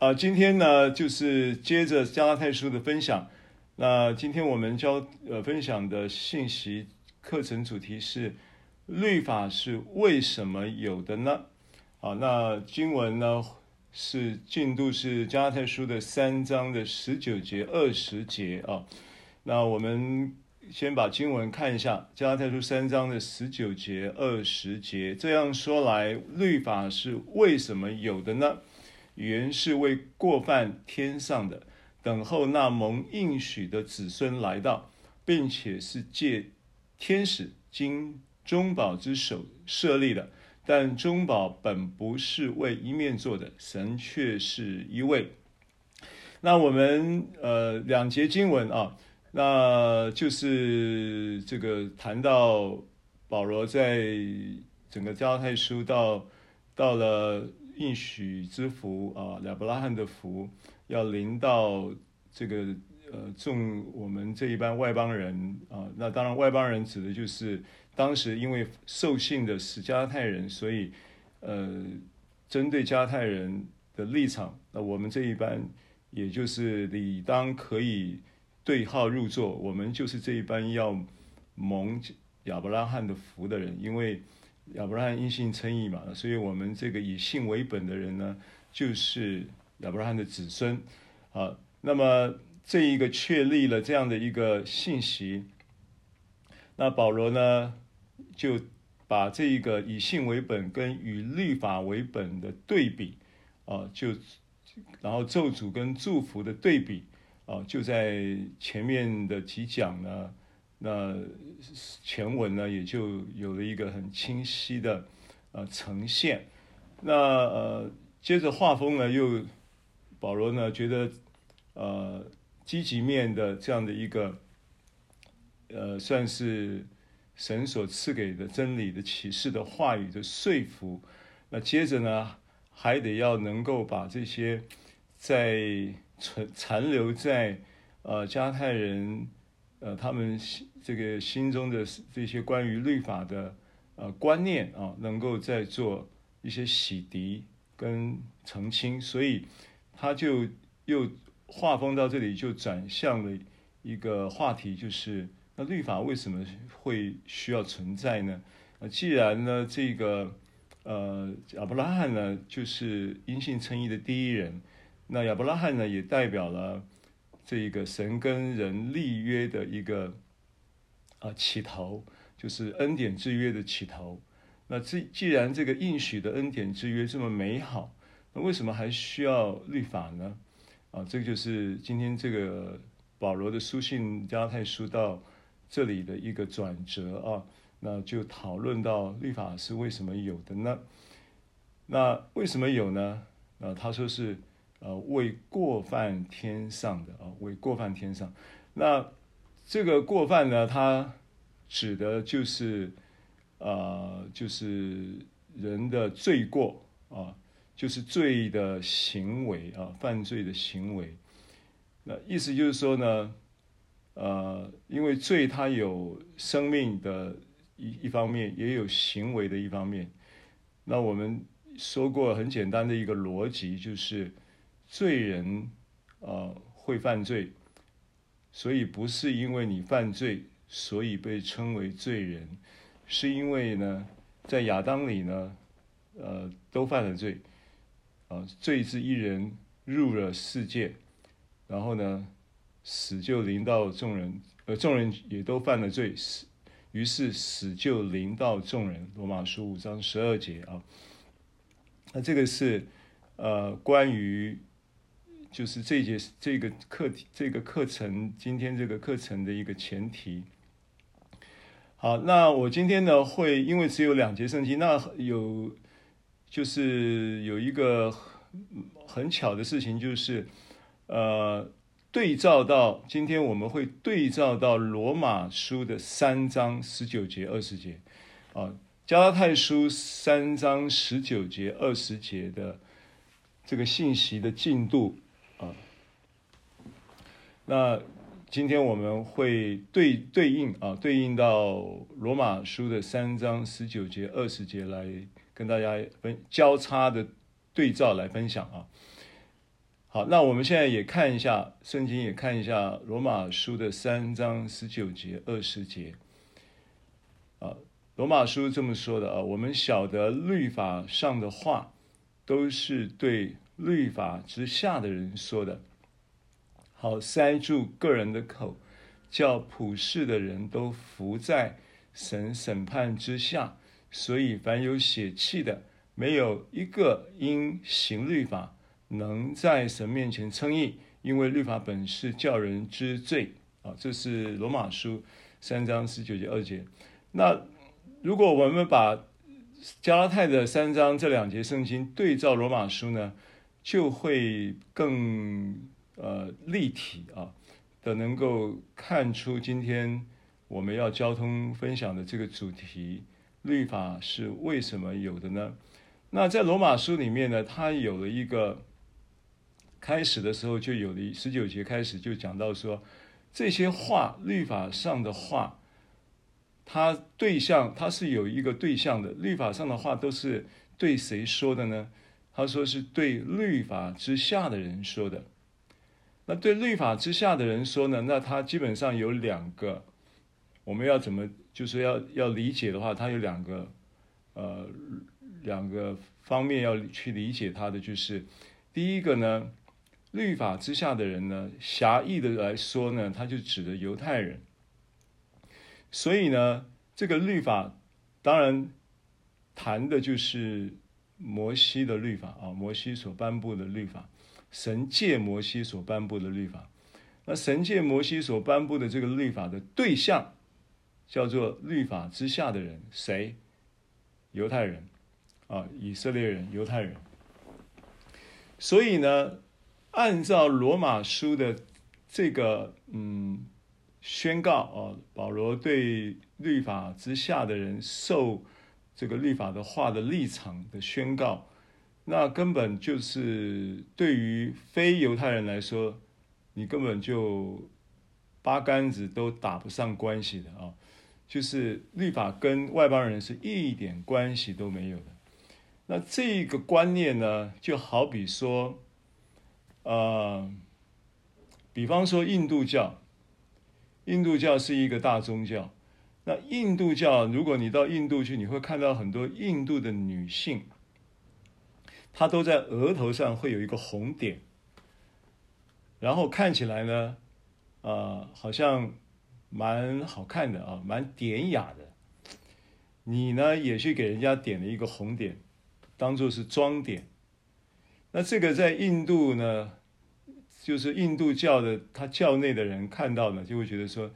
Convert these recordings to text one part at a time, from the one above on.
今天呢，就是接着加拉太书的分享。那今天我们分享的信息课程主题是律法是为什么有的呢？那经文呢进度是加拉太书的3章的19节、20节啊。那我们先把经文看一下，加拉太书3章的19节、20节。这样说来，律法是为什么有的呢？原是为过犯天上的，等候那蒙应许的子孙来到，并且是借天使经中保之手设立的。但中保本不是为一面做的，神却是一位。那我们2节经文啊，那就是这个谈到保罗在整个加拉太书到了应许之福亚伯拉罕的福要临到这个我们这一班外邦人那当然外邦人指的就是当时因为受信的是加拉太人，所以针对加拉太人的立场，那我们这一班也就是理当可以对号入座，我们就是这一班要蒙亚伯拉罕的福的人，因为亚伯拉罕因信称义嘛，所以我们这个以信为本的人呢，就是亚伯拉罕的子孙。那么这一个确立了这样的一个信息，那保罗呢就把这一个以信为本跟与律法为本的对比然后咒诅跟祝福的对比就在前面的几讲呢，那前文呢也就有了一个很清晰的呈现。那接着画风呢保罗呢觉得积极面的这样的一个算是神所赐给的真理的启示的话语的说服。那接着呢还得要能够把这些残留在加太人他们这个心中的这些关于律法的观念能够再做一些洗涤跟澄清，所以他就又画风到这里就转向了一个话题，就是那律法为什么会需要存在呢？既然呢这个亚伯拉罕呢就是因信称义的第一人，那亚伯拉罕呢也代表了这个神跟人立约的一个起头，就是恩典之约的起头。那既然这个应许的恩典之约这么美好，那为什么还需要律法呢？这个就是今天这个保罗的书信加拉太书到这里的一个转折那就讨论到律法是为什么有的呢？那为什么有呢？他说是为过犯天上的为过犯天上。那这个过犯呢，它指的就是人的罪过就是罪的行为犯罪的行为。那意思就是说呢因为罪它有生命的一方面，也有行为的一方面。那我们说过很简单的一个逻辑，就是罪人会犯罪，所以不是因为你犯罪所以被称为罪人，是因为呢在亚当里呢都犯了罪罪之一人入了世界，然后呢死就临到众人，众人也都犯了罪，于是死就临到众人。罗马书5章12节那这个是关于就是这个课程今天这个课程的一个前提。好，那我今天呢会因为只有2节圣经，那就是有一个很巧的事情，就是对照到今天我们会对照到罗马书的3章19节20节加拉太书3章19节20节的这个信息的进度那今天我们会对应到罗马书的3章19节20节来跟大家交叉的对照来分享好，那我们现在也看一下圣经，也看一下罗马书的3章19节、20节。罗马书这么说的啊，我们晓得律法上的话，都是对律法之下的人说的，好塞住个人的口，叫普世的人都伏在神审判之下。所以凡有血气的，没有一个因行律法能在神面前称义，因为律法本是叫人知罪啊。这是罗马书3章19节、20节。那如果我们把加拉太的3章这2节圣经对照罗马书呢，就会更立体的能够看出今天我们要交通分享的这个主题，律法是为什么有的呢？那在罗马书里面呢，它有了一个开始的时候就有了19节开始就讲到说，这些话，律法上的话，它是有一个对象的。律法上的话都是对谁说的呢？他说是对律法之下的人说的。那对律法之下的人说呢，那他基本上有2个，我们要怎么就是要理解的话，他有2个方面要去理解他的，就是第一个呢，律法之下的人呢，狭义的来说呢，他就指的犹太人。所以呢，这个律法当然谈的就是摩西的律法摩西所颁布的律法，神借摩西所颁布的律法。那神借摩西所颁布的这个律法的对象叫做律法之下的人，谁？犹太人以色列人，犹太人。所以呢，按照罗马书的这个宣告保罗对律法之下的人受这个律法的话的立场的宣告，那根本就是对于非犹太人来说，你根本就八竿子都打不上关系的就是律法跟外邦人是一点关系都没有的。那这个观念呢，就好比说比方说印度教是一个大宗教。那印度教，如果你到印度去，你会看到很多印度的女性，她都在额头上会有一个红点，然后看起来呢好像蛮好看的蛮典雅的。你呢也去给人家点了一个红点，当作是装点。那这个在印度呢，就是印度教的他教内的人看到呢，就会觉得说，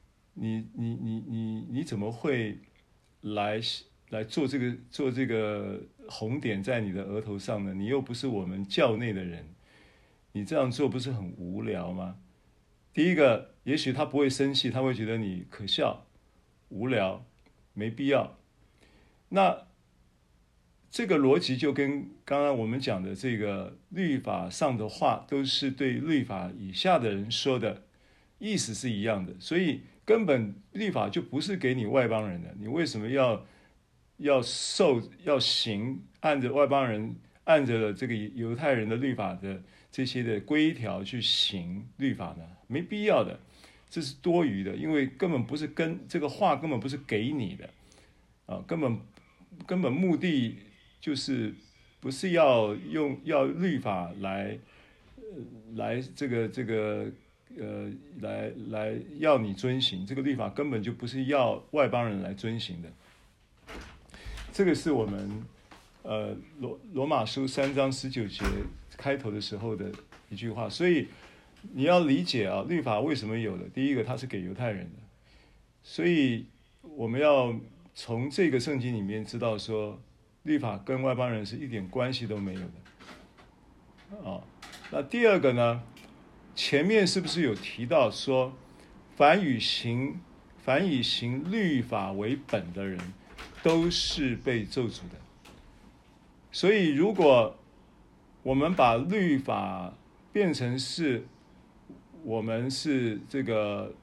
你怎么会来做这个红点在你的额头上呢？你又不是我们教内的人，你这样做不是很无聊吗？第一个，也许他不会生气，他会觉得你可笑、无聊、没必要。那这个逻辑就跟刚刚我们讲的这个律法上的话，都是对律法以下的人说的，意思是一样的。所以根本律法就不是给你外邦人的，你为什么要行按着外邦人按着这个犹太人的律法的这些的规条去行律法呢？没必要的，这是多余的，因为根本不是这个话根本不是给你的根本目的就是不是要律法来来要你遵行，这个律法根本就不是要外邦人来遵行的。这个是我们罗马书3章19节开头的时候的一句话。所以你要理解律法为什么有的。第一个，它是给犹太人的，所以我们要从这个圣经里面知道说，律法跟外邦人是一点关系都没有的那第二个呢，前面是不是有提到说，凡以行律法为本的人，都是被咒诅的。所以如果我们把律法变成是我们是这个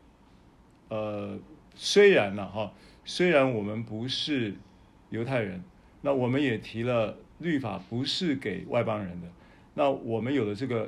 虽然我们不是犹太人，那我们也提了律法不是给外邦人的，那我们有了这个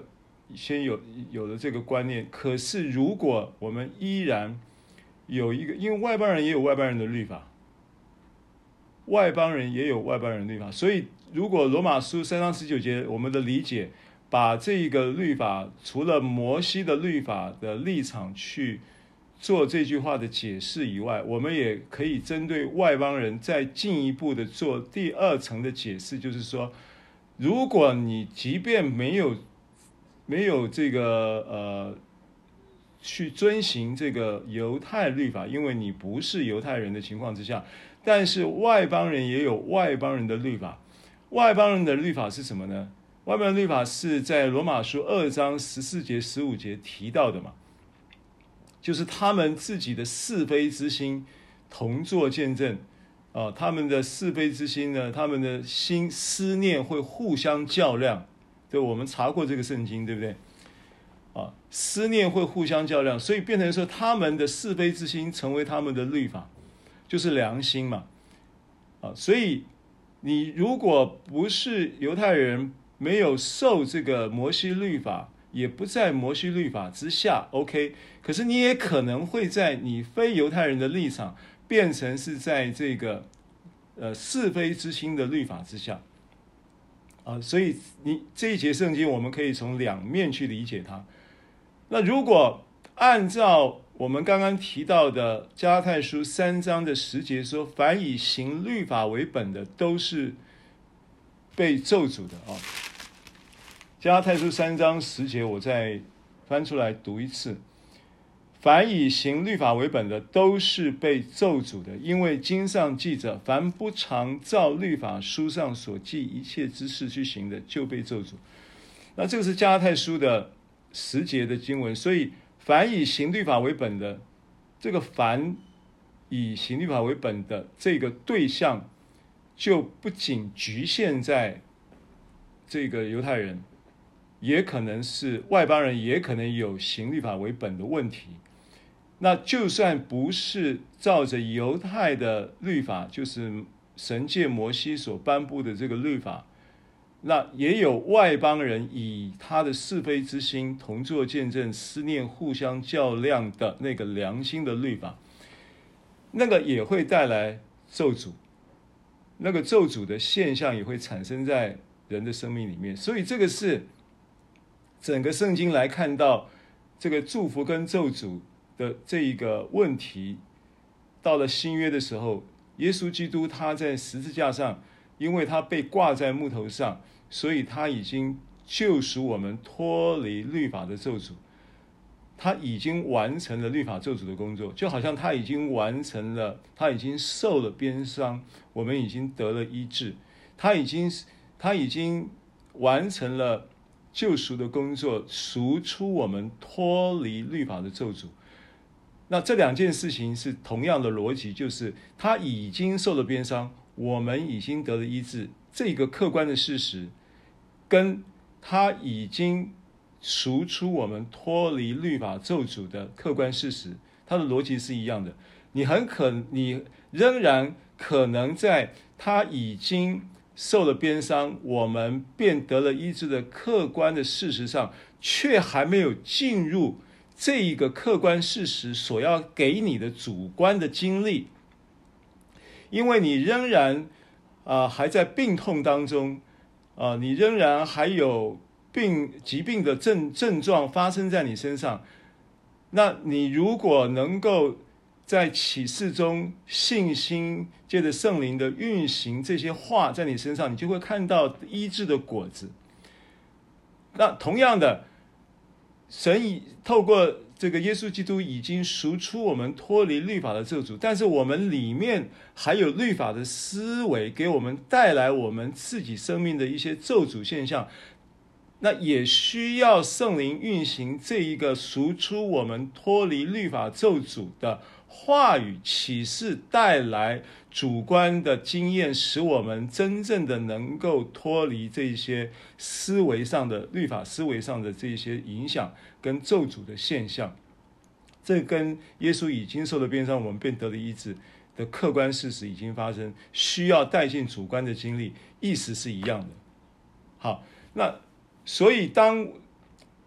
先有了这个观念。可是如果我们依然有一个，因为外邦人也有外邦人的律法，外邦人也有外邦人的律法，所以如果罗马书3章19节我们的理解把这个律法除了摩西的律法的立场去做这句话的解释以外，我们也可以针对外邦人再进一步的做第二层的解释，就是说，如果你即便没有这个去遵行这个犹太律法，因为你不是犹太人的情况之下，但是外邦人也有外邦人的律法。外邦人的律法是什么呢？外邦人的律法是在罗马书2章14节15节提到的嘛，就是他们自己的是非之心同作见证他们的是非之心呢，他们的心思念会互相较量。对，我们查过这个圣经，对不对？思念会互相较量，所以变成说他们的是非之心成为他们的律法，就是良心嘛。所以你如果不是犹太人，没有受这个摩西律法，也不在摩西律法之下 OK， 可是你也可能会在你非犹太人的立场变成是在这个是非之心的律法之下所以你这一节圣经我们可以从两面去理解它。那如果按照我们刚刚提到的加拉太书3章的10节说，凡以行律法为本的都是被咒诅的加拉太书3章10节我再翻出来读一次，凡以行律法为本的都是被咒诅的，因为经上记着，凡不常照律法书上所记一切之事去行的，就被咒诅。那这个是加拉太书的10节的经文，所以凡以行律法为本的，这个凡以行律法为本的这个对象，就不仅局限在这个犹太人，也可能是外邦人，也可能有行律法为本的问题。那就算不是照着犹太的律法，就是神借摩西所颁布的这个律法，那也有外邦人以他的是非之心同作见证，思念互相较量的那个良心的律法，那个也会带来咒诅，那个咒诅的现象也会产生在人的生命里面。所以这个是整个圣经来看到这个祝福跟咒诅的这一个问题，到了新约的时候，耶稣基督他在十字架上，因为他被挂在木头上，所以他已经救赎我们脱离律法的咒诅，他已经完成了律法咒诅的工作，就好像他已经完成了，他已经受了鞭伤，我们已经得了医治，他已经完成了救赎的工作，赎出我们脱离律法的咒诅。那这两件事情是同样的逻辑，就是他已经受了鞭伤，我们已经得了医治，这个客观的事实跟他已经赎出我们脱离律法咒诅的客观事实，它的逻辑是一样的。你仍然可能在他已经受了鞭伤，我们便得了医治的客观的事实上，却还没有进入这一个客观事实所要给你的主观的经历，因为你仍然还在病痛当中你仍然还有疾病的症状发生在你身上。那你如果能够在启示中信心借着圣灵的运行这些话在你身上，你就会看到医治的果子。那同样的，神透过这个耶稣基督已经赎出我们脱离律法的咒诅，但是我们里面还有律法的思维，给我们带来我们自己生命的一些咒诅现象，那也需要圣灵运行这一个赎出我们脱离律法咒诅的话语启示，带来主观的经验，使我们真正的能够脱离这些思维上的律法思维上的这些影响跟咒诅的现象。这跟耶稣已经受了鞭伤，我们便得了医治的客观事实已经发生，需要带进主观的经历，意思是一样的。好，那所以当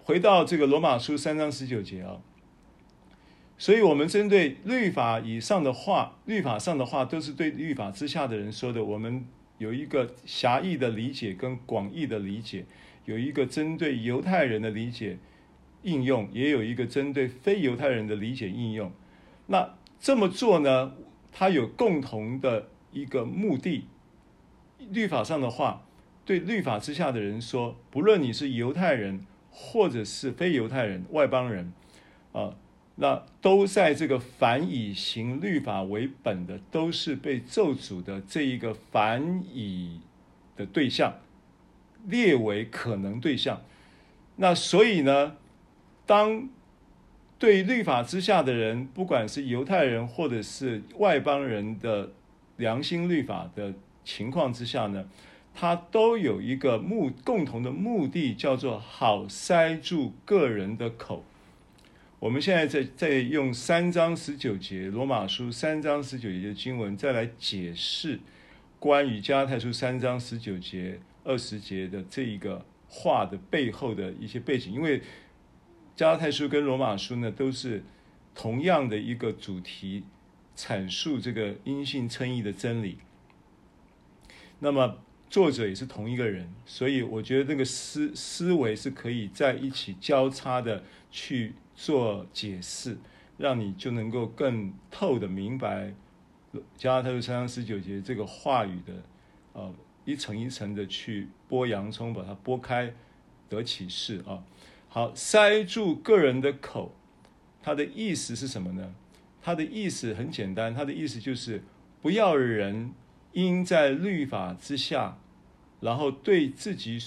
回到这个罗马书3章19节啊，所以我们针对律法以上的话，律法上的话都是对律法之下的人说的，我们有一个狭义的理解跟广义的理解，有一个针对犹太人的理解应用，也有一个针对非犹太人的理解应用。那这么做呢，它有共同的一个目的。律法上的话对律法之下的人说，不论你是犹太人或者是非犹太人、外邦人那都在这个凡以行律法为本的，都是被咒诅的这一个凡以的对象，列为可能对象。那所以呢，当对律法之下的人，不管是犹太人或者是外邦人的良心律法的情况之下呢，它都有一个共同的目的，叫做好塞住个人的口。我们现在在用3章19节，罗马书3章19节的经文，再来解释关于加拉太书3章19节、20节的这一个话的背后的一些背景。因为加拉太书跟罗马书呢，都是同样的一个主题，阐述这个因信称义的真理。那么作者也是同一个人，所以我觉得那个思维是可以在一起交叉的去做解释，让你就能够更透的明白加拉太书3章19节这个话语的一层一层的去剥洋葱，把它剥开得启示啊。好，塞住个人的口，它的意思是什么呢？它的意思很简单，它的意思就是不要人因在律法之下，然后对自己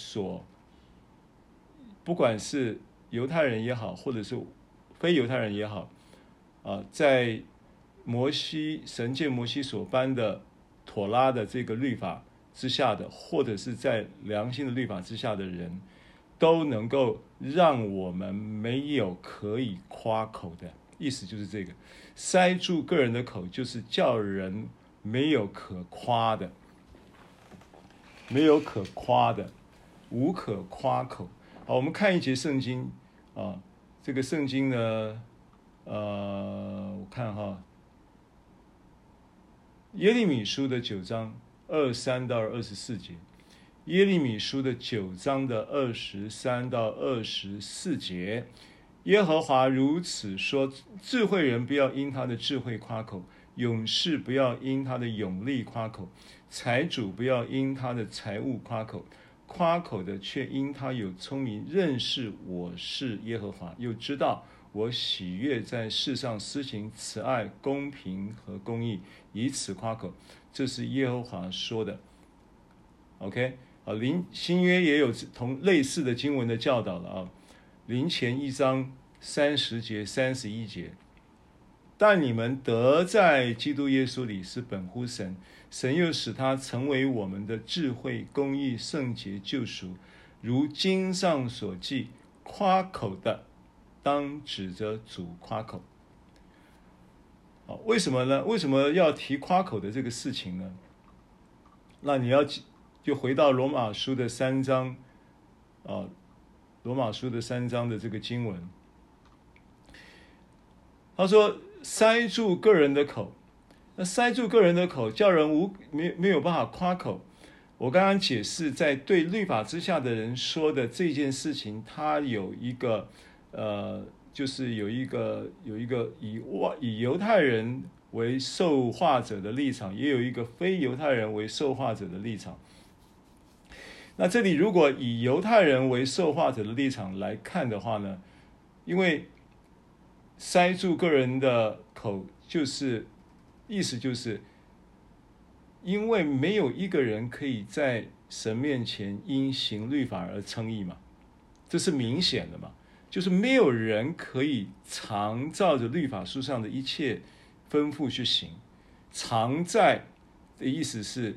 不管是犹太人也好，或者是非犹太人也好在神借摩西所颁的妥拉的这个律法之下的，或者是在良心的律法之下的人，都能够让我们没有可以夸口的。意思就是这个，塞住个人的口，就是叫人没有可夸的，没有可夸的，无可夸口。好，我们看一节圣经这个圣经呢我看耶利米书的9章23到24节，耶利米书的9章的23到24节，耶和华如此说：智慧人不要因他的智慧夸口，勇士不要因他的勇力夸口，财主不要因他的财物夸口，夸口的却因他有聪明，认识我是耶和华，又知道我喜悦在世上施行慈爱、公平和公义，以此夸口。这是耶和华说的。OK，新约也有类似的经文的教导了林前1章30节、31节。但你们得在基督耶稣里是本乎神，神又使他成为我们的智慧、公义、圣洁、救赎。如经上所记，夸口的当指着主夸口。为什么呢？为什么要提夸口的这个事情呢？那你就回到罗马书的3章罗马书的3章的这个经文，他说塞住个人的口，那塞住个人的口，叫人没有办法夸口。我刚刚解释，在对律法之下的人说的这件事情，它有一个就是有一个以犹太人为受化者的立场，也有一个非犹太人为受化者的立场。那这里如果以犹太人为受化者的立场来看的话呢，因为塞住个人的口，意思就是因为没有一个人可以在神面前因行律法而称义嘛，这是明显的嘛，就是没有人可以常照着律法书上的一切吩咐去行。常在的意思是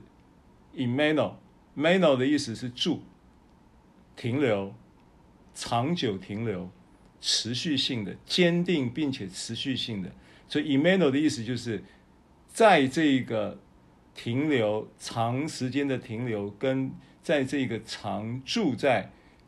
meno 的意思是住、停留、长久停留、持续性的、坚定并且持续性的。所以 meno 的意思就是在这个停留、长时间的停留，跟在这个常住在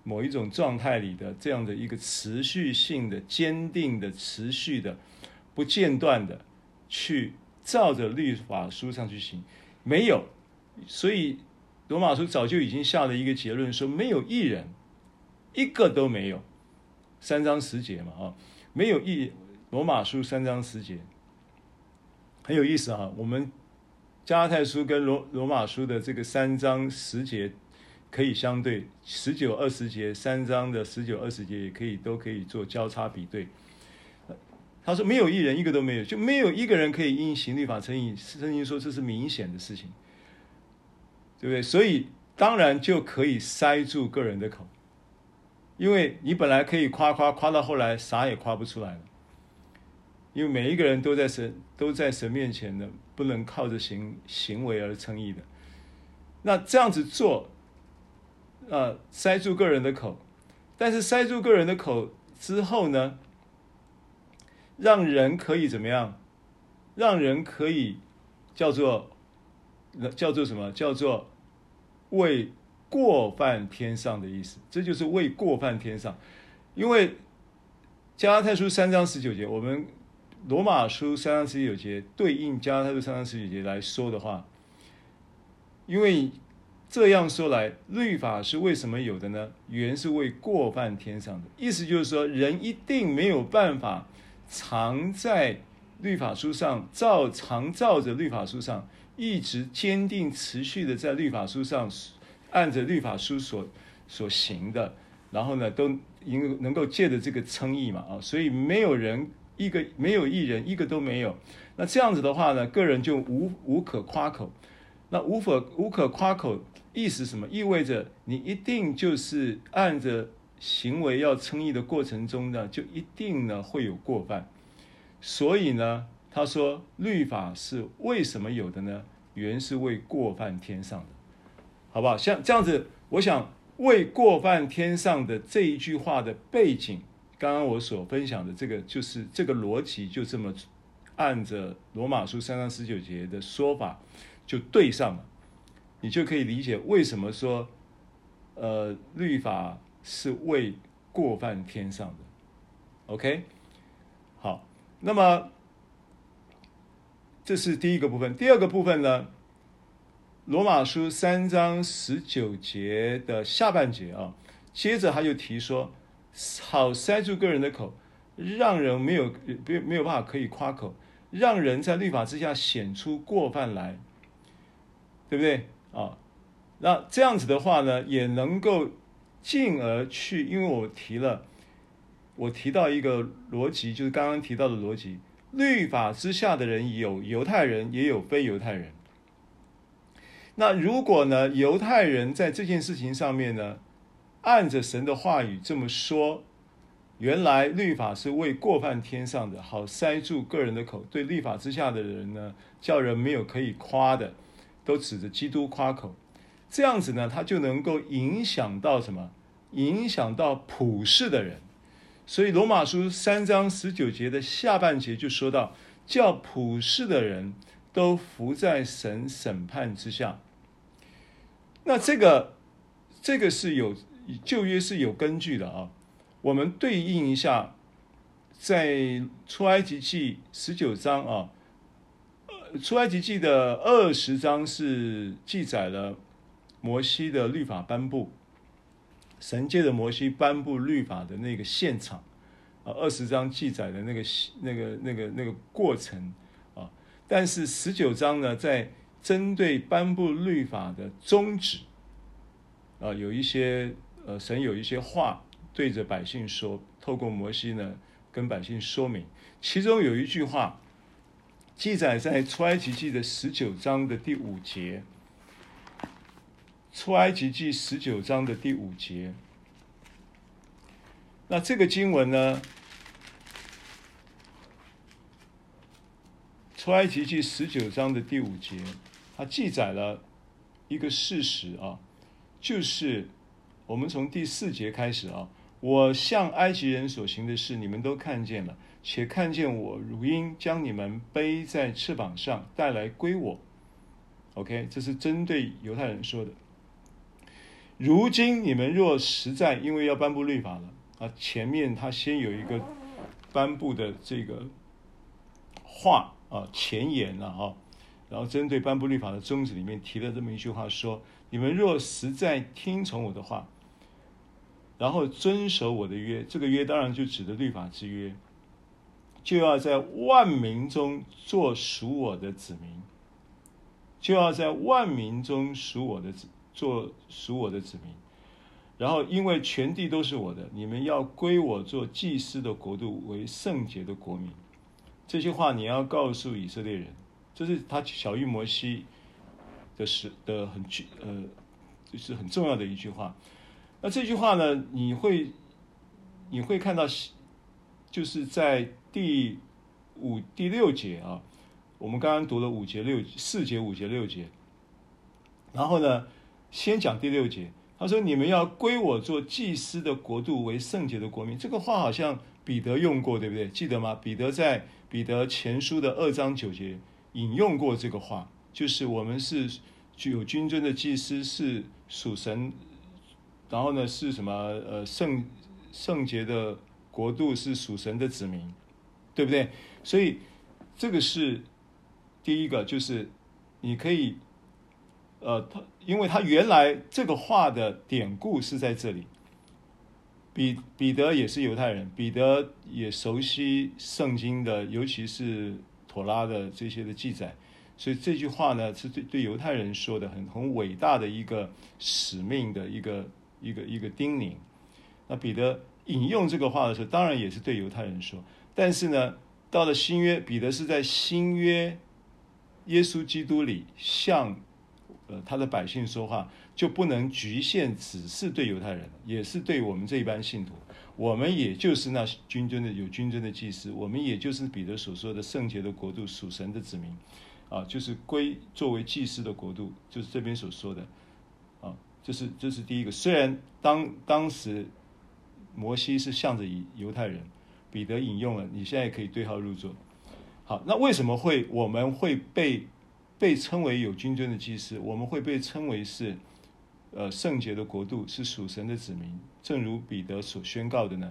某一种状态里的这样的一个持续性的、坚定的、持续的、不间断的去照着律法书上去行，没有。所以罗马书早就已经下了一个结论，说没有一人，一个都没有。3章10节嘛，没有一，罗马书3章10节很有意思啊。我们加拉太书跟罗马书的这个3章10节可以相对，19、20节，3章的19、20节也都可以做交叉比对。他说没有一人，一个都没有，就没有一个人可以因行律法称义。圣经说这是明显的事情，对不对？所以当然就可以塞住个人的口，因为你本来可以夸到后来啥也夸不出来了，因为每一个人都在神面前的，不能靠着行为而称义的。那这样子做，塞住个人的口，但是塞住个人的口之后呢，让人可以怎么样？让人可以叫做什么？叫做为过犯天上的意思。这就是为过犯天上。因为加拉太书3章19节，我们罗马书3章19节对应加拉太书3章19节来说的话，因为这样说来，律法是为什么有的呢？原是为过犯天上的。意思就是说，人一定没有办法常在律法书上常照着律法书上，一直坚定持续的在律法书上按着律法书所行的，然后呢都能够借着这个称义嘛，所以没有一人一个都没有。那这样子的话呢，个人就无可夸口。那无可夸口意思什么？意味着你一定就是按着行为要称义的过程中呢，就一定呢会有过犯。所以呢，他说律法是为什么有的呢？原是为过犯天上的，好不好？像这样子，我想为过犯天上的这一句话的背景，刚刚我所分享的这个，就是这个逻辑就这么按着罗马书3章19节的说法就对上了，你就可以理解为什么说律法是为过犯天上的。 OK， 好，那么这是第一个部分。第二个部分呢，罗马书3章19节的下半节接着他就提说，好塞住个人的口，让人没有办法可以夸口，让人在律法之下显出过犯来，对不对那这样子的话呢，也能够进而去，因为我提到一个逻辑，就是刚刚提到的逻辑，律法之下的人有犹太人，也有非犹太人。那如果呢，犹太人在这件事情上面呢，按着神的话语这么说，原来律法是为过犯天上的，好塞住个人的口，对律法之下的人呢，叫人没有可以夸的，都指着基督夸口。这样子呢，他就能够影响到什么？影响到普世的人。所以罗马书3章19节的下半节就说到，叫普世的人都服在神审判之下。那这个是有旧约是有根据的我们对应一下，在出埃及记19章出埃及记的20章是记载了摩西的律法颁布，神借着摩西颁布律法的那个现场20章记载的那个过程但是19章呢，在针对颁布律法的宗旨有一些神有一些话对着百姓说，透过摩西呢跟百姓说明。其中有一句话记载在出埃及记的19章的第5节，出埃及记19章的第5节。那这个经文呢，出埃及记19章的第5节，它记载了一个事实就是我们从第4节开始我向埃及人所行的事，你们都看见了，且看见我如鹰将你们背在翅膀上带来归我。OK， 这是针对犹太人说的。 如今你们若实在因为要颁布律法了啊，前面他先有一个颁布的这个话啊前言了哈，然后针对颁布律法的宗旨里面提了这么一句话说：你们若实在听从我的话，然后遵守我的约，这个约当然就指的律法之约，就要在万民中做属我的子民，就要在万民中做属我的子民。然后因为全地都是我的，你们要归我做祭司的国度，为圣洁的国民。这些话你要告诉以色列人，这是他小谕摩西就是很重要的一句话。那这句话呢，你会看到，就是在第六节啊，我们刚刚读了4节、5节、6节，然后呢，先讲第6节，他说：“你们要归我做祭司的国度，为圣洁的国民。”这个话好像彼得用过，对不对？记得吗？彼得在彼得前书的2章9节引用过这个话，就是我们是具有君尊的祭司，是属神。然后呢，是什么？圣洁的国度，是属神的子民，对不对？所以这个是第一个，就是你可以，因为他原来这个话的典故是在这里。彼得也是犹太人，彼得也熟悉圣经的，尤其是妥拉的这些的记载。所以这句话呢，是对犹太人说的很伟大的一个使命的一个叮咛。那彼得引用这个话的时候，当然也是对犹太人说，但是呢，到了新约，彼得是在新约耶稣基督里向他的百姓说话，就不能局限只是对犹太人，也是对我们这一般信徒。我们也就是那有君尊的祭司，我们也就是彼得所说的圣洁的国度，属神的子民啊，就是作为祭司的国度，就是这边所说的啊。这是第一个。虽然当时摩西是向着犹太人，彼得引用了，你现在可以对号入座。好，那为什么我们会被称为有君尊的祭司？我们会被称为是圣洁的国度，是属神的子民，正如彼得所宣告的呢？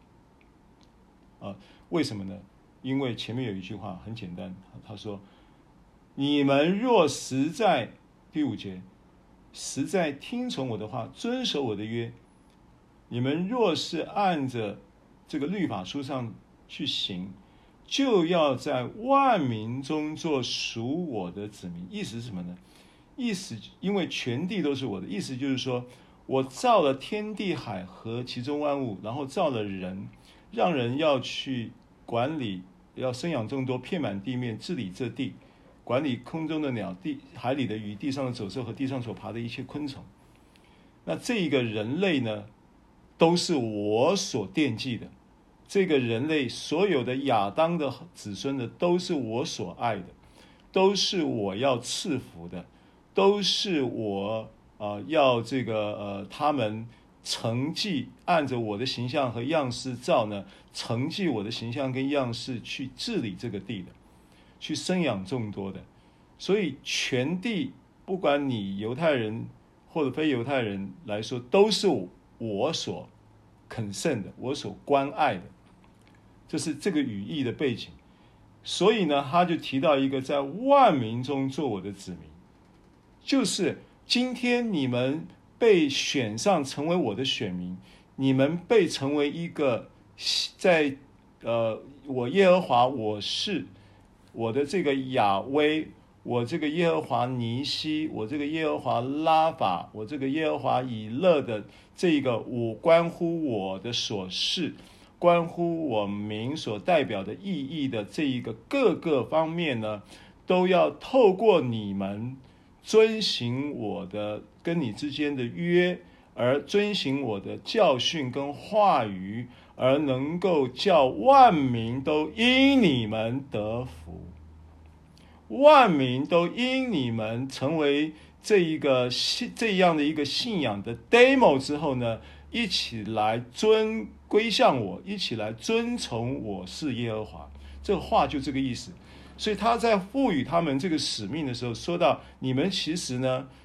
为什么呢？因为前面有一句话很简单，他说：你们若实在，第5节，实在听从我的话，遵守我的约，你们若是按着这个律法书上去行，就要在万民中做属我的子民。意思是什么呢？意思因为全地都是我的，意思就是说，我造了天地海和其中万物，然后造了人，让人要去管理，要生养众多，遍满地面，治理这地，管理空中的鸟，海里的鱼，地上的走兽和地上所爬的一切昆虫。那这一个人类呢，都是我所惦记的。这个人类所有的亚当的子孙的，都是我所爱的，都是我要赐福的，都是我要他们承继，按着我的形象和样式造呢，承继我的形象跟样式去治理这个地的，去生养众多的。所以全地，不管你犹太人或者非犹太人来说，都是我所concern的，我所关爱的。这是这个语义的背景。所以呢，他就提到一个在万民中做我的子民，就是今天你们被选上成为我的选民，你们被成为一个在我耶和华，我是我的这个亚威，我这个耶和华尼西，我这个耶和华拉法，我这个耶和华以勒的这个我关乎我的所事，关乎我名所代表的意义的这一个各个方面呢，都要透过你们遵行我的跟你之间的约，而遵行我的教训跟话语，而能够叫万民都因你们得福，万民都因你们成为这样的一个信仰的 demo 之后呢，一起来归向我，一起来遵从我是耶和华。这个话就这个意思。所以他在赋予他们这个使命的时候，说到你们其实呢，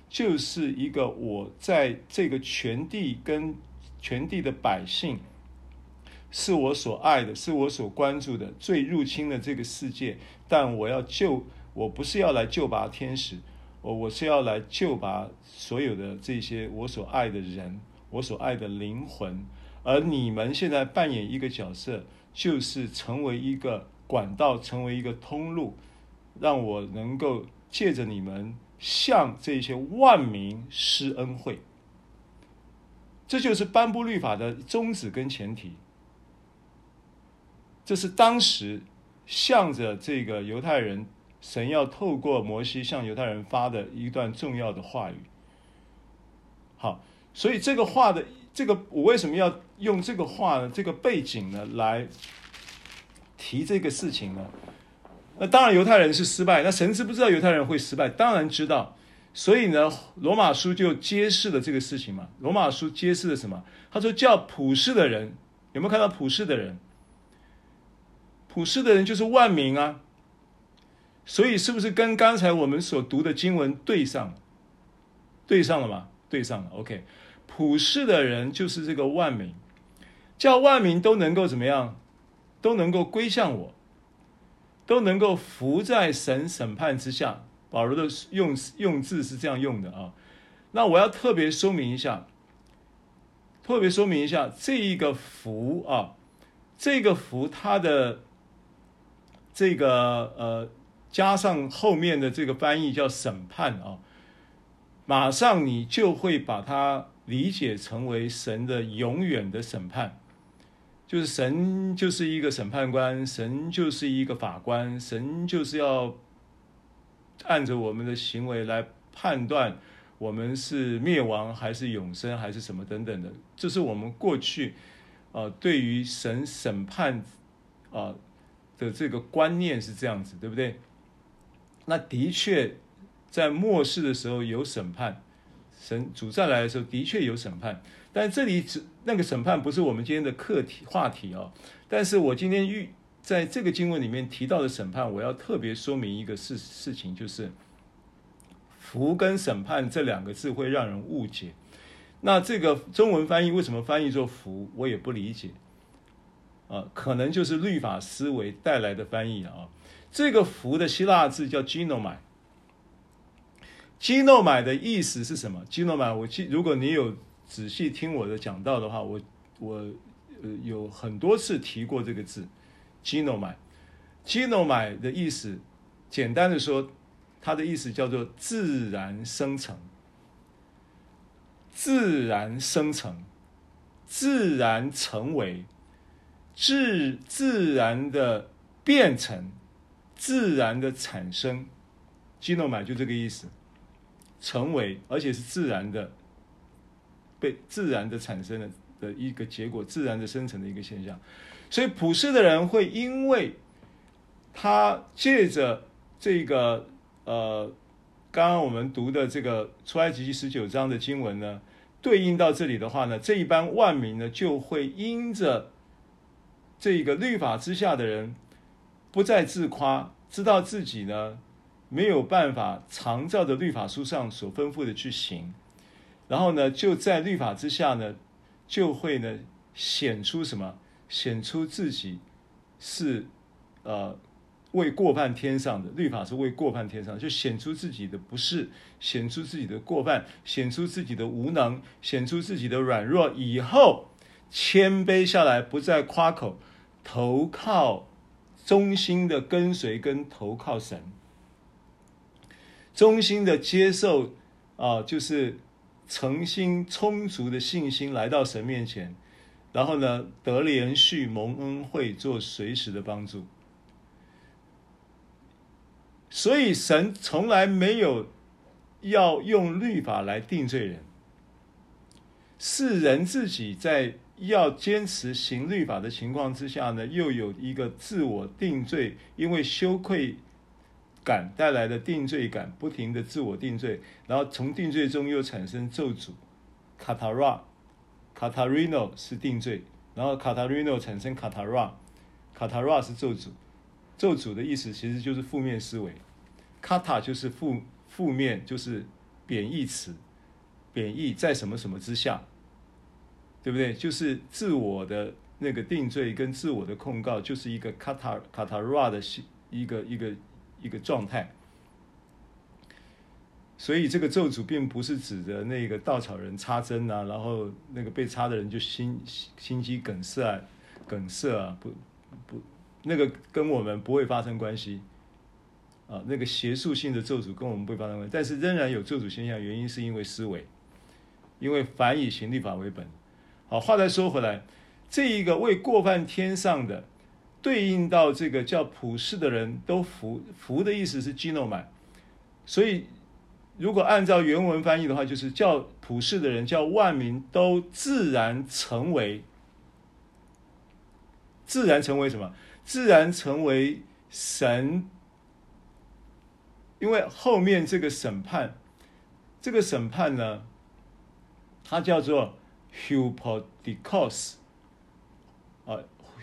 就是一个我在这个全地跟全地的百姓是我所爱的，是我所关注的，最入侵的这个世界，但我不是要来救拔天使，我是要来救拔所有的这些我所爱的人，我所爱的灵魂。而你们现在扮演一个角色，就是成为一个管道，成为一个通路，让我能够借着你们向这些万民施恩惠。这就是颁布律法的宗旨跟前提。这是当时向着这个犹太人，神要透过摩西向犹太人发的一段重要的话语。好，所以这个话的我为什么要用这个话呢？这个背景呢，来提这个事情呢？那当然犹太人是失败，那神知不知道犹太人会失败？当然知道。所以呢，罗马书就揭示了这个事情嘛。罗马书揭示了什么？他说叫普世的人，有没有看到普世的人？普世的人就是万民啊。所以是不是跟刚才我们所读的经文对上了吗？对上了 OK。 普世的人就是这个万民，叫万民都能够怎么样？都能够归向我，都能够服在神审判之下。保罗的用字是这样用的啊。那我要特别说明一下这一个服啊，这个服它的这个加上后面的这个翻译叫审判啊，马上你就会把它理解成为神的永远的审判，就是神就是一个审判官，神就是一个法官，神就是要按着我们的行为来判断我们是灭亡还是永生还是什么等等的。这是我们过去对于神审判的这个观念是这样子，对不对？那的确在末世的时候有审判，神主再来的时候的确有审判，但这里那个审判不是我们今天的话题但是我今天在这个经文里面提到的审判，我要特别说明一个事情，就是服跟审判这两个字会让人误解。那这个中文翻译为什么翻译作服，我也不理解可能就是律法思维带来的翻译这个服的希腊字叫 ginomai。ginomai 的意思是什么？ ginomai 如果你有仔细听我的讲道的话，我有很多次提过这个字 ginomai 的意思，简单的说，它的意思叫做自然生成，自然生成，自然成为，自然的变成，自然的产生。ginomai 就这个意思，成为，而且是自然的，被自然的产生的一个结果，自然的生成的一个现象。所以普世的人会因为他借着这个刚刚我们读的这个出埃及记19章的经文呢，对应到这里的话呢，这一般万民呢就会因着这个律法之下的人不再自夸，知道自己呢没有办法常照着律法书上所吩咐的去行，然后呢就在律法之下呢就会呢显出什么？显出自己是为过犯天上的，律法是为过犯天上的，就显出自己的不是，显出自己的过犯，显出自己的无能，显出自己的软弱，以后谦卑下来，不再夸口，投靠忠心的跟随跟投靠神，忠心的接受就是诚心充足的信心来到神面前，然后呢得连续蒙恩惠，做随时的帮助。所以神从来没有要用律法来定罪人，是人自己在要坚持行律法的情况之下呢，又有一个自我定罪，因为羞愧感带来的定罪感，不停的自我定罪，然后从定罪中又产生咒诅 katarino 是定罪，然后 katarino 产生 katara 是咒诅。咒诅的意思其实就是负面思维，kata 就是负面，就是贬义词，贬义在什么什么之下，对不对？就是自我的那个定罪跟自我的控告，就是一个卡塔拉的一个状态。所以这个咒诅并不是指的那个稻草人插针啊，然后那个被插的人就心肌梗塞啊，不，那个跟我们不会发生关系啊。那个邪术性的咒诅跟我们不会发生关系，但是仍然有咒诅现象，原因是因为思维，因为凡以行律法为本。好，话再说回来，这一个为过犯天上的，对应到这个叫普世的人都服的意思是 genoman， 所以如果按照原文翻译的话，就是叫普世的人，叫万民都自然成为什么？自然成为神。因为后面这个审判呢，它叫做 hypodikos 啊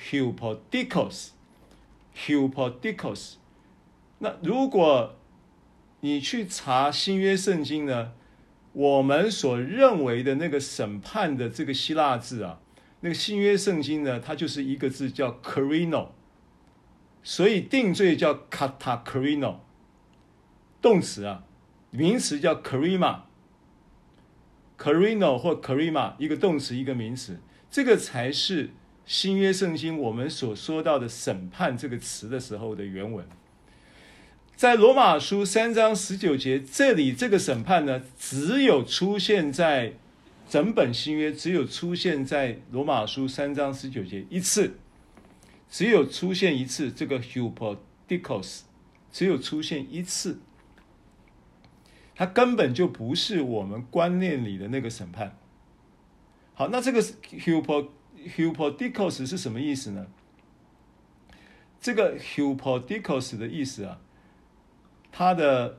hypodikos。那如果你去查新约圣经呢，我们所认为的那个审判的这个希腊字啊，那个新约圣经呢，它就是一个字叫 karino， 所以定罪叫 katakarino， 动词啊，名词叫 karima， karino 或 karima， 一个动词一个名词，这个才是新约圣经我们所说到的审判这个词的时候的原文。在罗马书3章19节，这里这个审判呢，只有出现在整本新约，只有出现在罗马书3章19节一次，只有出现一次，这个 hypodikos 只有出现一次，它根本就不是我们观念里的那个审判。好，那这个 hypodikos 是什么意思呢？这个 hypodikos 的意思啊，它的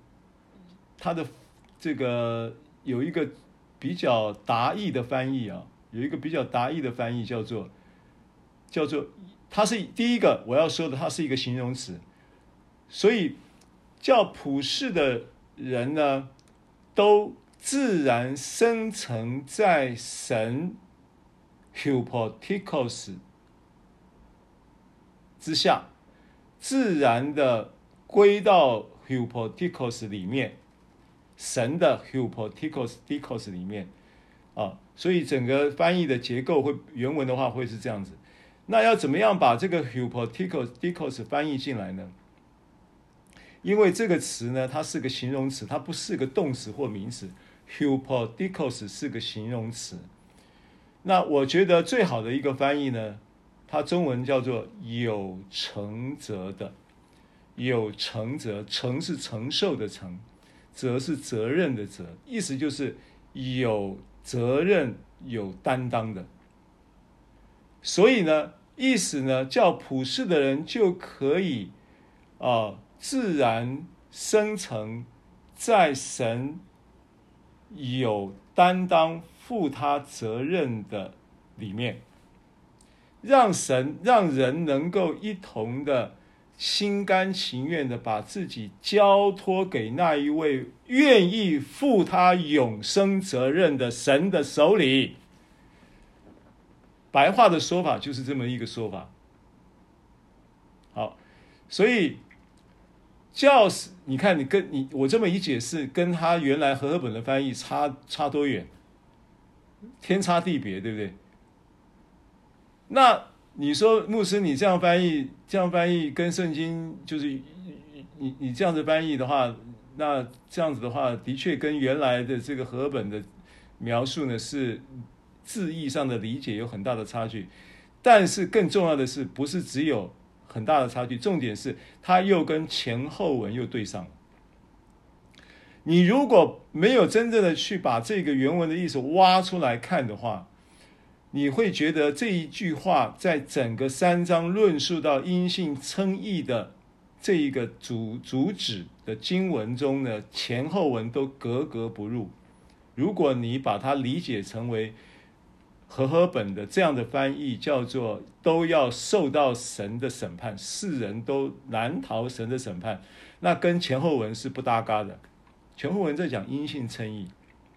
这个有一个比较达意的翻译啊，有一个比较达意的翻译叫做它是第一个我要说的，它是一个形容词，所以叫普世的人呢，都自然生成在神 hypodikos 之下，自然的归到 hypodikos 里面，神的 hypodikos 里面啊，所以整个翻译的结构会原文的话会是这样子。那要怎么样把这个 hypodikos 翻译进来呢？因为这个词呢，它是个形容词，它不是个动词或名词。hypodikos 是个形容词。那我觉得最好的一个翻译呢，它中文叫做有承责的。有承责，承是承受的承，责是责任的责，意思就是有责任有担当的。所以呢，意思呢，叫普世的人就可以自然生成在神有担当负他责任的里面，让人能够一同的心甘情愿的把自己交托给那一位愿意负他永生责任的神的手里。白话的说法就是这么一个说法。好，所以你看我这么一解释，跟他原来和合本的翻译差多远，天差地别，对不对？那你说牧师，你这样翻译跟圣经就是你这样子翻译的话，那这样子的话，的确跟原来的这个和合本的描述呢，是字义上的理解有很大的差距。但是更重要的是，不是只有很大的差距，重点是它又跟前后文又对上了。你如果没有真正的去把这个原文的意思挖出来看的话，你会觉得这一句话在整个3章论述到因信称义的这一个主旨的经文中呢，前后文都格格不入。如果你把它理解成为和合本的这样的翻译，叫做都要受到神的审判，世人都难逃神的审判，那跟前后文是不搭嘎的， 全后文在讲因信称义。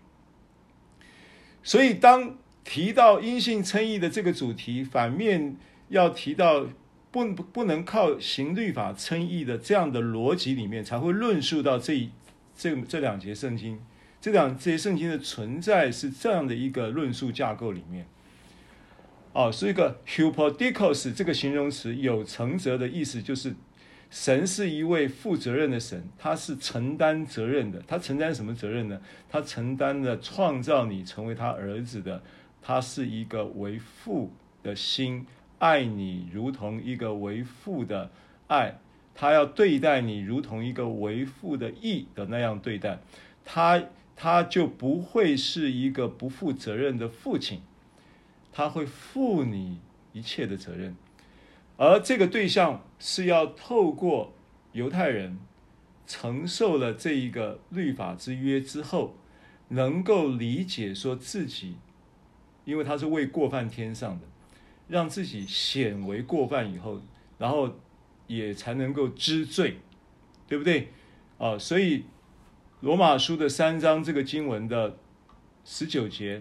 所以当提到因信称义的这个主题，反面要提到不能靠行律法称义的这样的逻辑里面，才会论述到这两节圣经，这节圣经的存在是这样的一个论述架构里面。所以一个 hypodikos 这个形容词有承责的意思，就是神是一位负责任的神，他是承担责任的。他承担什么责任呢？他承担了创造你成为他儿子的，他是一个为父的心，爱你如同一个为父的爱，他要对待你如同一个为父的义的那样对待，他就不会是一个不负责任的父亲，他会负你一切的责任。而这个对象是要透过犹太人承受了这一个律法之约之后，能够理解说自己，因为他是为过犯天上的，让自己显为过犯以后，然后也才能够知罪，对不对？所以罗马书的3章这个经文的19节，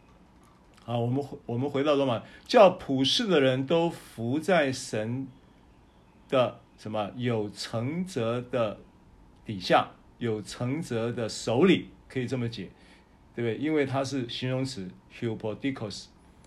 我们回到罗马，叫普世的人都服在神的什么有承责的底下，有承责的手里，可以这么解，对不对？因为它是形容词 hypodikos，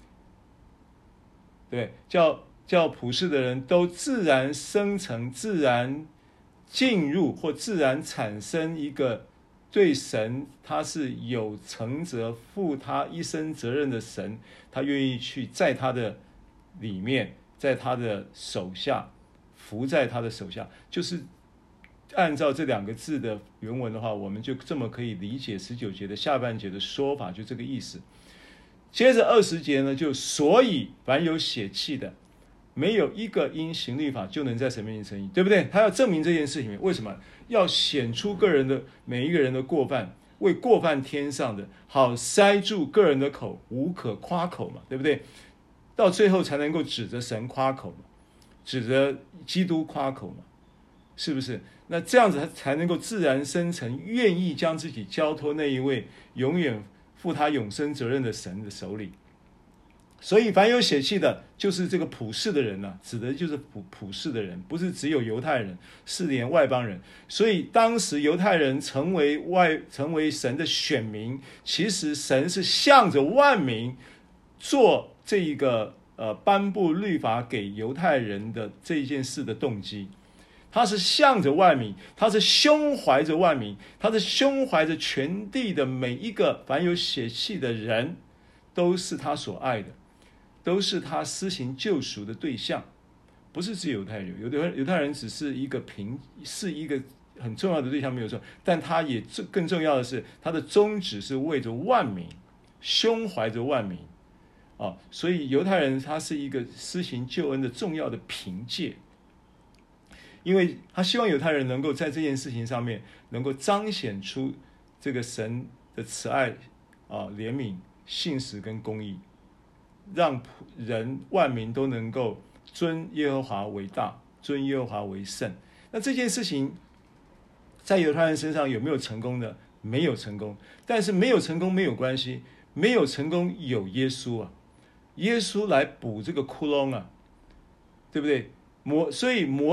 对，叫普世的人都自然生成、自然进入或自然产生一个对神他是有承责负他一生责任的神，他愿意去在他的里面，在他的手下，服在他的手下，就是按照这2个字的原文的话，我们就这么可以理解19节的下半节的说法，就这个意思。接着20节呢，就所以凡有血气的，没有一个因行律法就能在神面前称义，对不对？他要证明这件事情，为什么？要显出每一个人的过犯，为过犯天上的，好塞住个人的口，无可夸口嘛，对不对？到最后才能够指着神夸口嘛，指着基督夸口嘛，是不是？那这样子他才能够自然生成，愿意将自己交托那一位永远负他永生责任的神的手里。所以凡有血气的，就是这个普世的人指的就是普世的人，不是只有犹太人，是连外邦人。所以当时犹太人成为神的选民，其实神是向着万民做这一个颁布律法给犹太人的这一件事的动机。他是向着万民，他是胸怀着万民，他是胸怀着全地的每一个凡有血气的人，都是他所爱的，都是他施行救赎的对象，不是只有犹太人。犹太人只是一个很重要的对象，没有错，但他也更重要的是，他的宗旨是为着万民，胸怀着万民所以犹太人他是一个施行救恩的重要的凭借，因为他希望犹太人能够在这件事情上面能够彰显出这个神的慈爱怜悯、信实跟公义，让万民都能够尊耶和华为大，尊耶和华为圣。那这件事情在犹太人身上有没有成功呢？没有成功，但是没有成功没有关系，没有成功有耶稣耶稣来补这个窟窿对不对？所以摩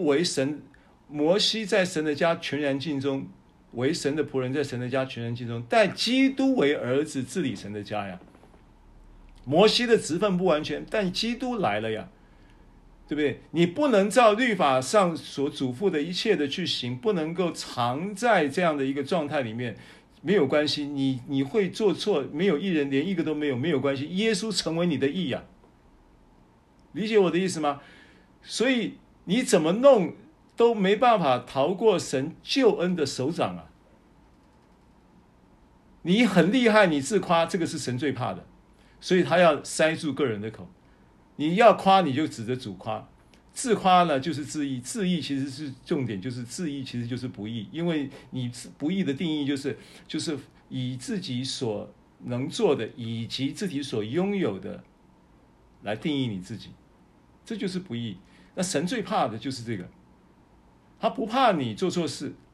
西在神的家全然尽忠，为神的仆人在神的家全然尽忠，但基督为儿子治理神的家呀。摩西的职分不完全，但基督来了呀，对不对？你不能照律法上所嘱咐的一切的去行，不能够藏在这样的一个状态里面，没有关系，你会做错，没有一人，连一个都没有，没有关系，耶稣成为你的义呀。理解我的意思吗？所以你怎么弄都没办法逃过神救恩的手掌你很厉害，你自夸，这个是神最怕的，所以他要塞住个人的口。你要夸你就指着主夸，自夸呢就是自义，自义其实是重点，就是自义其实就是不义，因为你不义的定义就是以自己所能做的以及自己所拥有的来定义你自己，这就是不义。那神最怕的就是这个，他不怕你做错事，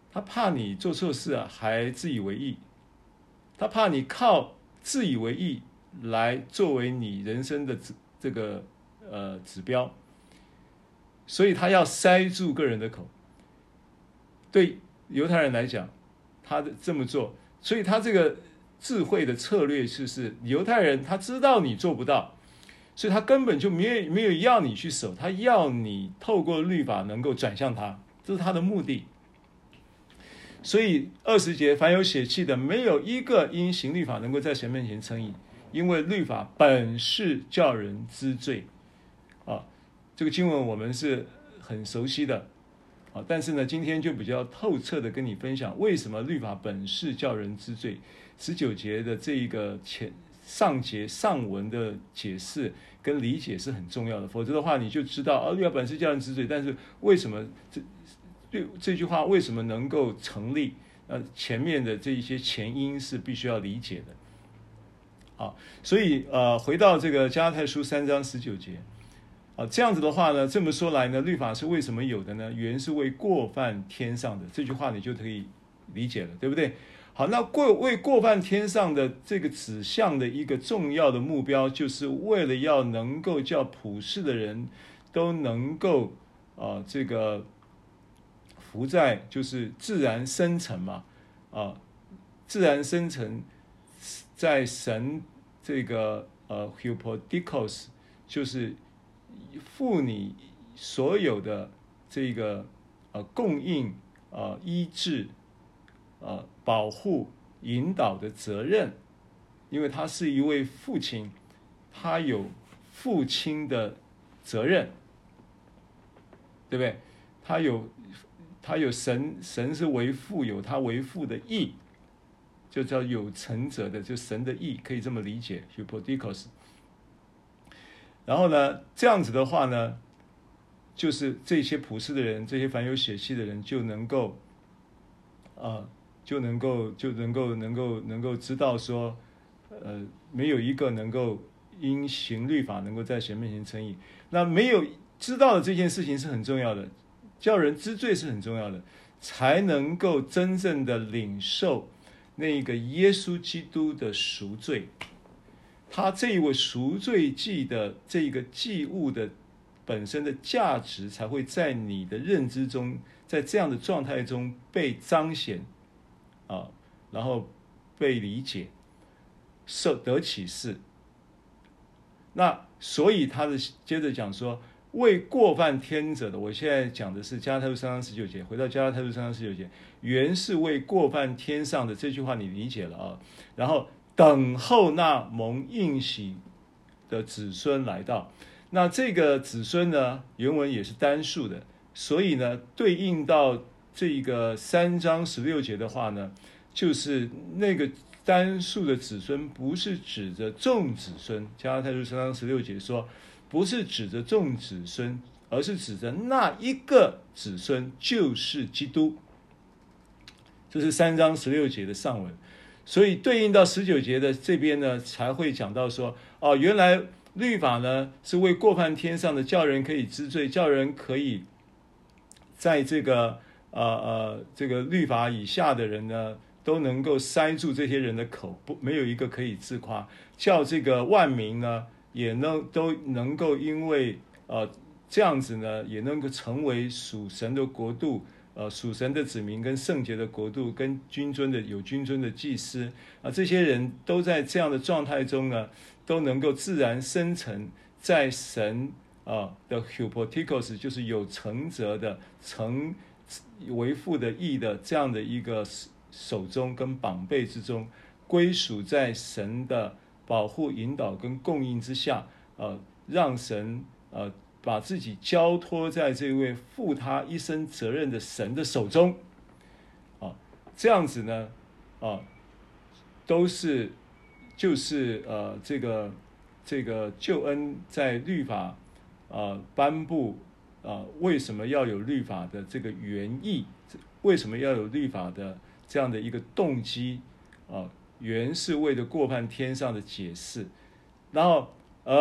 他怕你做错事啊，还自以为义，他怕你靠自以为义来作为你人生的这个指标，所以他要塞住个人的口。对犹太人来讲，他的这么做，所以他这个智慧的策略就是犹太人他知道你做不到，所以他根本就没有要你去守，他要你透过律法能够转向他，这是他的目的。所以20节，凡有血气的，没有一个因行律法能够在神面前称义，因为律法本是叫人知罪。这个经文我们是很熟悉的，但是呢，今天就比较透彻的跟你分享，为什么律法本是叫人知罪。19节的这一个上文的解释跟理解是很重要的，否则的话你就知道，律法本是叫人知罪，但是为什么这句话为什么能够成立？前面的这一些前因是必须要理解的。所以回到这个加拉太书3章19节，这样子的话呢，这么说来呢，律法是为什么有的呢？原是为过犯天上的，这句话你就可以理解了，对不对？好，那为过犯天上的这个指向的一个重要的目标，就是为了要能够叫普世的人都能够这个伏在就是自然生成嘛，自然生成在神这个hypodikos， 就是付你所有的这个供应医治保护引导的责任，因为他是一位父亲，他有父亲的责任，对不对？他有神是为父，有他为父的义，就叫有成者的，就神的义，可以这么理解 hypodikos。 然后呢，这样子的话呢，就是这些普世的人，这些凡有血气的人就能够知道说，没有一个能够因行律法能够在神面前称义。那没有知道的这件事情是很重要的，叫人知罪是很重要的，才能够真正的领受那个耶稣基督的赎罪。他这一位赎罪祭的这个祭物的本身的价值，才会在你的认知中，在这样的状态中被彰显然后被理解，得启示。那所以他的接着讲说，为过犯天者的，我现在讲的是加拉太书3章19节，回到加拉太书3章19节，原是为过犯天上的，这句话你理解了然后等候那蒙应许的子孙来到。那这个子孙呢，原文也是单数的，所以呢，对应到这个3章16节的话呢，就是那个单数的子孙不是指着众子孙，加拉太书3章16节说，不是指着众子孙，而是指着那一个子孙，就是基督。这是3章16节的上文，所以对应到19节的这边呢，才会讲到说，原来律法呢是为过犯天上的，叫人可以知罪，叫人可以在这个这个律法以下的人呢，都能够塞住这些人的口，没有一个可以自夸，叫这个万民呢也都能够因为这样子呢，也能够成为属神的国度，属神的子民跟圣洁的国度，跟有君尊的祭司这些人都在这样的状态中呢，都能够自然生成在神的 hypotikos， 就是有承责的为父的义的这样的一个手中跟绑背之中，归属在神的保护引导跟供应之下，让神把自己交托在这位负他一生责任的神的手中这样子呢都是就是这个救恩在律法颁布为什么要有律法的这个原意，为什么要有律法的这样的一个动机原是为了过犯天上的解释。然后而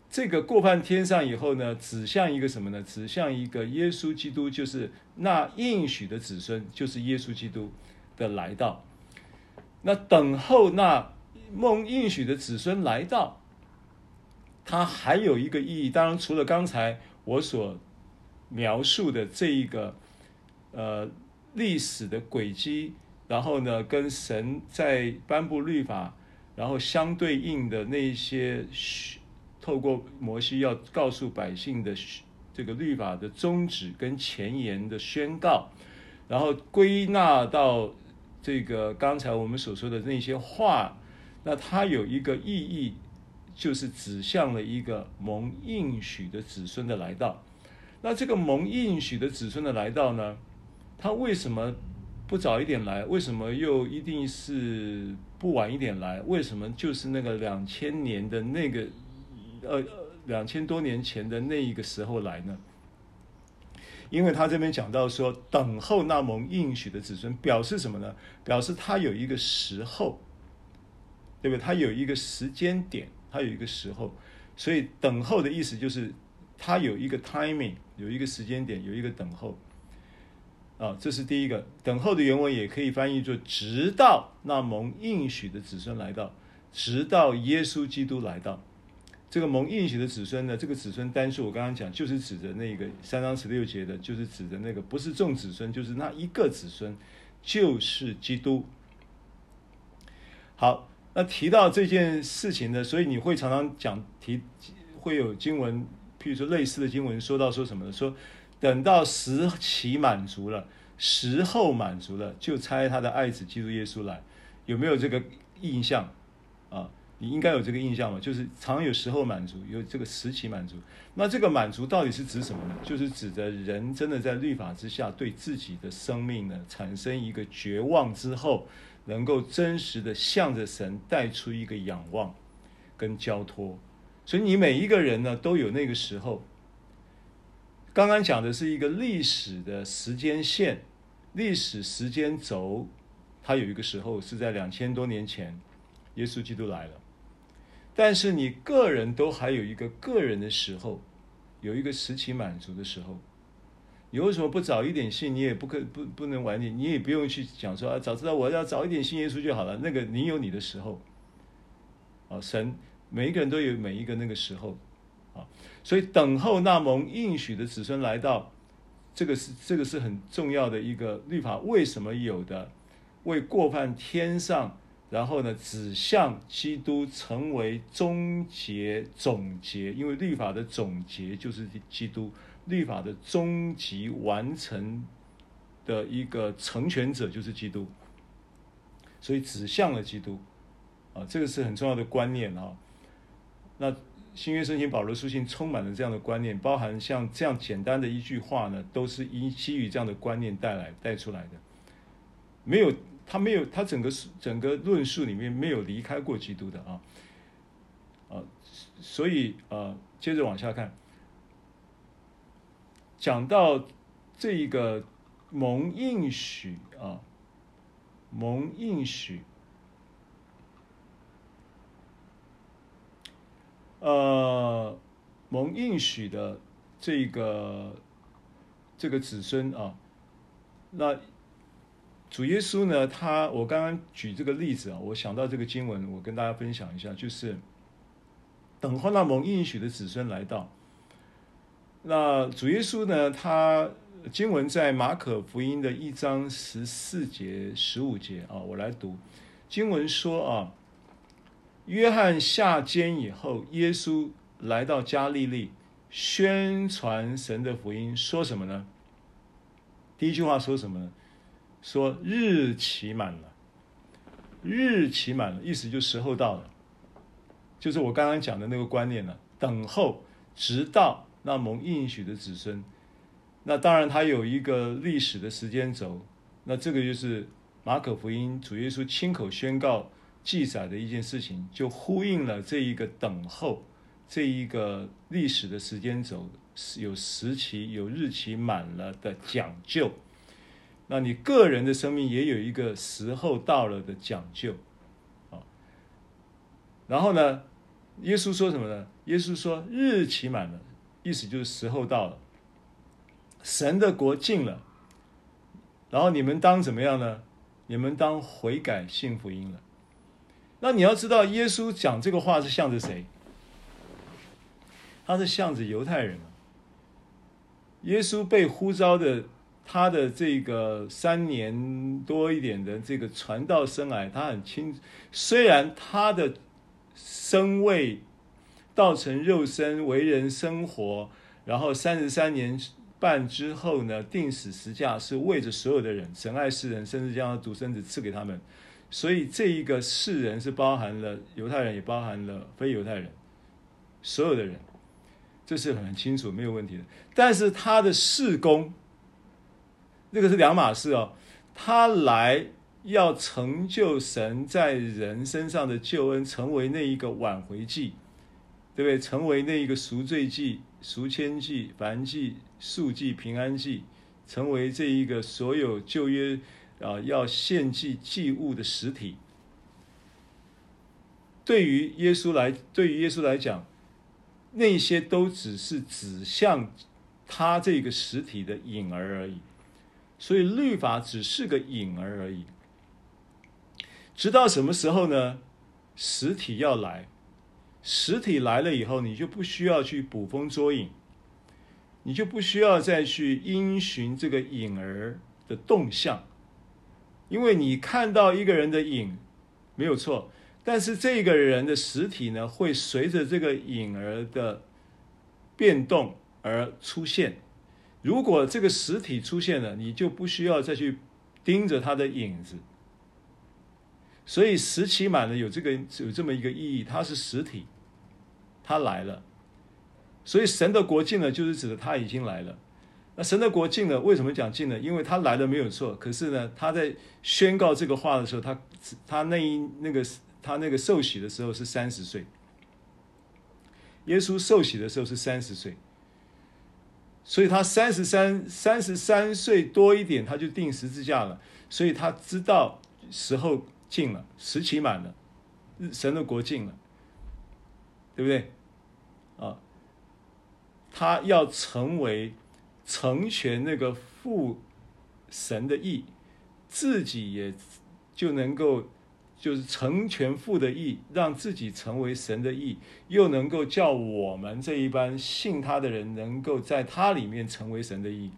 这个过犯天上以后呢，指向一个什么呢？指向一个耶稣基督，就是那应许的子孙，就是耶稣基督的来到。那等候那蒙应许的子孙来到，它还有一个意义。当然，除了刚才我所描述的这一个历史的轨迹，然后呢，跟神在颁布律法，然后相对应的那些透过摩西要告诉百姓的这个律法的宗旨跟前言的宣告，然后归纳到这个刚才我们所说的那些话，那它有一个意义，就是指向了一个蒙应许的子孙的来到。那这个蒙应许的子孙的来到呢，他为什么不早一点来？为什么又一定是不晚一点来？为什么就是那个2000年的那个2000多年前的那一个时候来呢？因为他这边讲到说，等候那蒙应许的子孙，表示什么呢？表示他有一个时候，对不对？他有一个时间点，他有一个时候，所以等候的意思就是他有一个 timing， 有一个时间点，有一个等候。这是第一个。等候的原文也可以翻译作直到那蒙应许的子孙来到，直到耶稣基督来到。这个蒙应许的子孙呢，这个子孙单数我刚刚讲就是指着那个3章16节的，就是指着那个不是众子孙，就是那一个子孙，就是基督。好，那提到这件事情呢，所以你会常常会有经文，譬如说类似的经文说到说什么呢？说等到时期满足了，时候满足了，就差他的爱子基督耶稣来。有没有这个印象啊？你应该有这个印象嘛，就是常有时候满足，有这个时期满足。那这个满足到底是指什么呢？就是指的人真的在律法之下对自己的生命呢产生一个绝望之后，能够真实的向着神带出一个仰望跟交托。所以你每一个人呢都有那个时候。刚刚讲的是一个历史的时间线，历史时间轴，它有一个时候是在2000多年前，耶稣基督来了。但是你个人都还有一个个人的时候，有一个时期满足的时候。你为什么不早一点信？你也不能晚点，你也不用去讲说早知道我要早一点信耶稣就好了。那个你有你的时候，神每一个人都有每一个那个时候，所以等候那蒙应许的子孙来到，这个是很重要的一个律法。为什么有的？为过犯天上，然后呢指向基督成为终结总结，因为律法的总结就是基督，律法的终极完成的一个成全者就是基督，所以指向了基督这个是很重要的观念那新约圣经保罗书信充满了这样的观念，包含像这样简单的一句话呢，都是基于这样的观念带出来的。他整个论述里面没有离开过基督的所以接着往下看，讲到这一个蒙应许蒙应许蒙应许的这个子孙那主耶稣呢，我刚刚举这个例子我想到这个经文，我跟大家分享一下，就是等候那蒙应许的子孙来到。那主耶稣呢，他经文在马可福音的1章14节15节我来读。经文说约翰下监以后，耶稣来到加利利，宣传神的福音，说什么呢？第一句话说什么呢？说日期满了，日期满了，意思就时候到了，就是我刚刚讲的那个观念了，等候直到那蒙应许的子孙。那当然它有一个历史的时间轴，那这个就是马可福音主耶稣亲口宣告记载的一件事情，就呼应了这一个等候，这一个历史的时间轴，有时期有日期满了的讲究。那你个人的生命也有一个时候到了的讲究然后呢，耶稣说什么呢？ 耶稣说日期满了，意思就是时候到了，神的国近了，然后你们当怎么样呢？你们当悔改信福音了。那你要知道，耶稣讲这个话是向着谁？他是向着犹太人啊。耶稣被呼召的，他的这个3年多一点的这个传道生涯，他很清楚，虽然他的生位道成肉身为人生活，然后33年半之后呢，定死十架，是为着所有的人，神爱世人，甚至将他独生子赐给他们。所以这一个世人是包含了犹太人，也包含了非犹太人，所有的人，这是很清楚没有问题的。但是他的事工，这个是两码事哦。他来要成就神在人身上的救恩，成为那一个挽回祭，对不对？成为那一个赎罪祭、赎愆祭、燔祭、赎祭、平安祭，成为这一个所有旧约要献祭祭物的实体。对于耶稣来讲，那些都只是指向他这个实体的影儿而已。所以律法只是个影儿而已。直到什么时候呢？实体要来，实体来了以后，你就不需要去捕风捉影，你就不需要再去因循这个影儿的动向，因为你看到一个人的影没有错，但是这个人的实体呢，会随着这个影儿的变动而出现。如果这个实体出现了，你就不需要再去盯着他的影子。所以时期满了有这么一个意义，它是实体，它来了。所以神的国近了，就是指的他已经来了。那神的国近了，为什么讲近了？因为他来了没有错，可是呢，他在宣告这个话的时候，他那个受洗的时候是30岁，耶稣受洗的时候是30岁。所以他33岁多一点，他就钉十字架了。所以他知道时候近了，时期满了，神的国近了，对不对？他要成全那个父神的义，自己也就能够就是成全父的义，让自己成为神的义，又能够叫我们这一班信他的人能够在他里面成为神的义。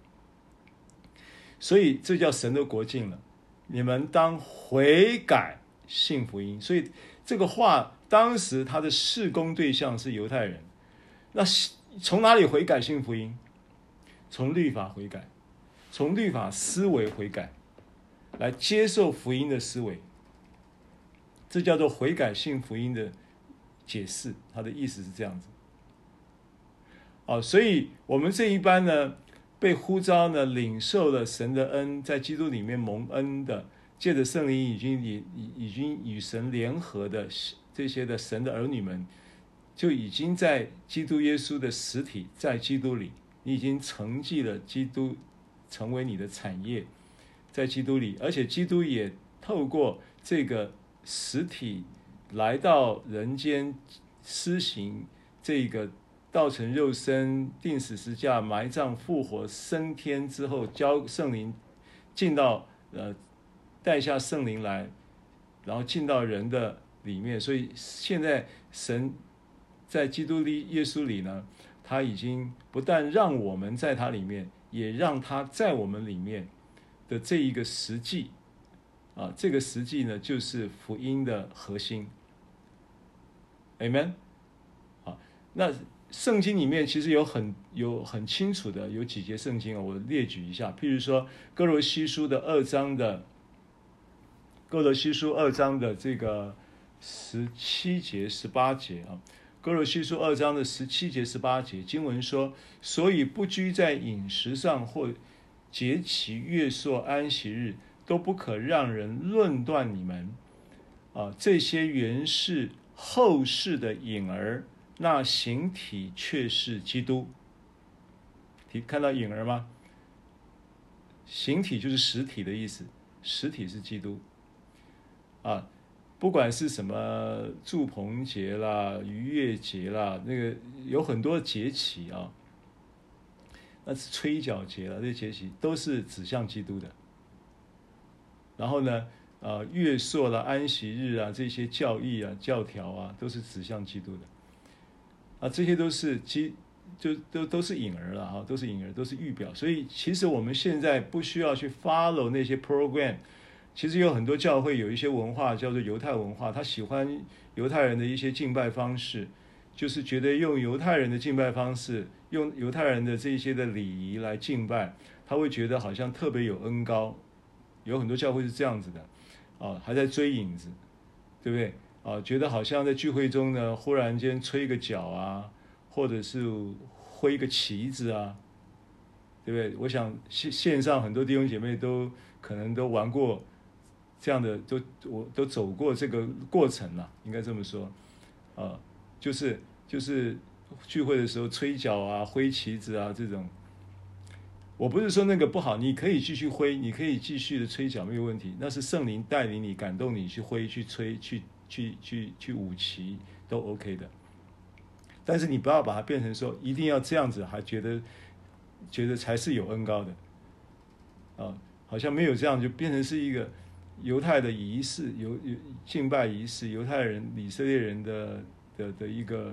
所以这叫神的国近了，你们当悔改信福音。所以这个话当时他的事工对象是犹太人。那从哪里悔改信福音？从律法悔改，从律法思维悔改，来接受福音的思维。这叫做悔改信福音的解释，它的意思是这样子。所以我们这一班呢，被呼召呢，领受了神的恩，在基督里面蒙恩的，借着圣灵已经与神联合的这些的神的儿女们，就已经在基督耶稣的实体，在基督里，你已经承继了基督，成为你的产业，在基督里，而且基督也透过这个实体来到人间，施行这个道成肉身、钉死十架、埋葬、复活、升天之后，交圣灵进到带下圣灵来，然后进到人的里面。所以现在神在基督里耶稣里呢，他已经不但让我们在他里面，也让他在我们里面的这一个实际这个实际呢，就是福音的核心。 Amen。 那圣经里面其实有很清楚的有几节圣经我列举一下。譬如说哥罗西书2章的这个17节18节哥罗西书2章的17节18节经文说，所以不拘在饮食上或节期月朔安息日，都不可让人论断你们这些原是后世的影儿，那形体却是基督。看到影儿吗？形体就是实体的意思，实体是基督不管是什么祝棚节啦、逾越节啦，那个有很多节期啊，那是吹角节啦，这些节期都是指向基督的。然后呢，月朔啦、安息日啊，这些教义啊、教条啊，都是指向基督的。这些都是都是影儿了哈，都是影儿，都是预表。所以其实我们现在不需要去 follow 那些 program。其实有很多教会有一些文化叫做犹太文化，他喜欢犹太人的一些敬拜方式，就是觉得用犹太人的敬拜方式，用犹太人的这些的礼仪来敬拜，他会觉得好像特别有恩膏。有很多教会是这样子的，还在追影子，对不对？觉得好像在聚会中呢，忽然间吹一个角啊，或者是挥一个旗子啊，对不对？我想线上很多弟兄姐妹都可能都玩过这样的，我都走过这个过程了，应该这么说，就是聚会的时候吹角啊、挥旗子啊这种。我不是说那个不好，你可以继续挥，你可以继续的吹角，没有问题。那是圣灵带领你、感动你去挥、去吹、去舞旗，都 OK 的。但是你不要把它变成说一定要这样子，还觉得才是有恩膏的，好像没有这样就变成是一个犹太的仪式，有敬拜仪式，犹太人、以色列人的一个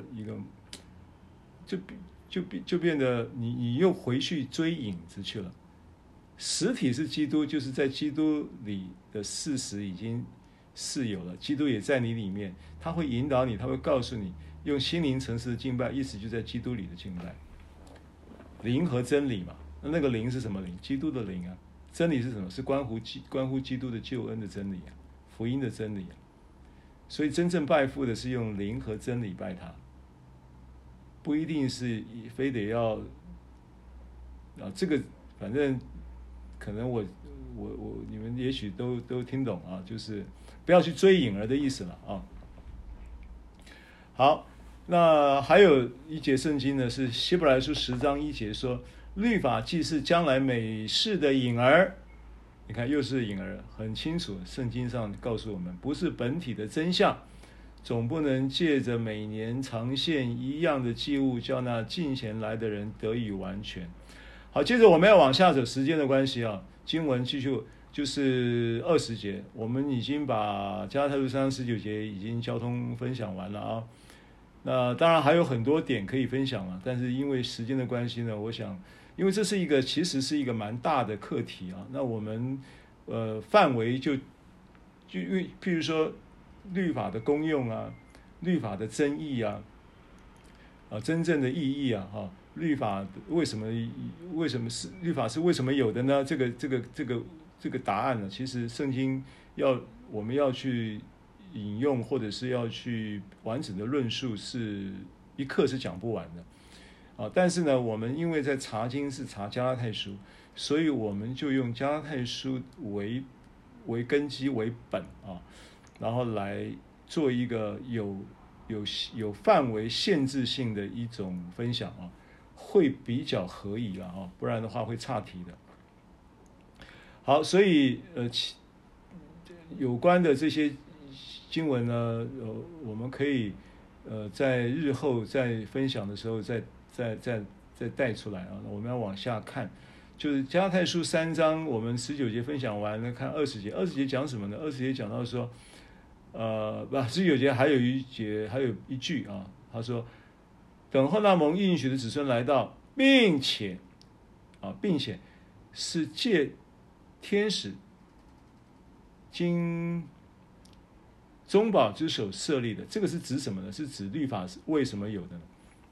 就变得你又回去追影子去了。实体是基督，就是在基督里的事实已经是有了，基督也在你里面，他会引导你，他会告诉你，用心灵诚实的敬拜，意思就在基督里的敬拜。灵和真理嘛，那个灵是什么灵？基督的灵啊。真理是什么？是关乎基督的救恩的真理啊，福音的真理啊。所以真正拜父的是用灵和真理拜他，不一定是非得要这个反正可能我你们也许都听懂啊，就是不要去追影儿的意思了啊。好，那还有一节圣经呢，是希伯来书10章1节说，律法既是将来美事的影儿，你看又是影儿，很清楚，圣经上告诉我们，不是本体的真相，总不能借着每年常献一样的祭物，叫那近前来的人得以完全。好，接着我们要往下走，时间的关系啊，经文继续就是20节，我们已经把加拉太书3章19节已经交通分享完了啊。那当然还有很多点可以分享了，但是因为时间的关系呢，我想，因为这是其实是一个蛮大的课题啊。那我们范围就譬如说律法的功用啊，律法的争议啊，真正的意义啊，律法为什么是律法是为什么有的呢？这个答案呢，其实圣经我们要去引用，或者是要去完整的论述，是一课是讲不完的但是呢，我们因为在查经是查加拉太书，所以我们就用加拉太书为根基为本然后来做一个有范围限制性的一种分享会比较合宜了不然的话会岔题的。好，所以有关的这些经文呢，我们可以在日后在分享的时候再带出来我们要往下看，就是加拉太书3章，我们19节分享完了，看20节。20节讲什么呢？20节讲到说，19节还有一句他说，等候那蒙应许的子孙来到，并且是借天使经中保之手设立的。这个是指什么呢？是指律法为什么有的呢？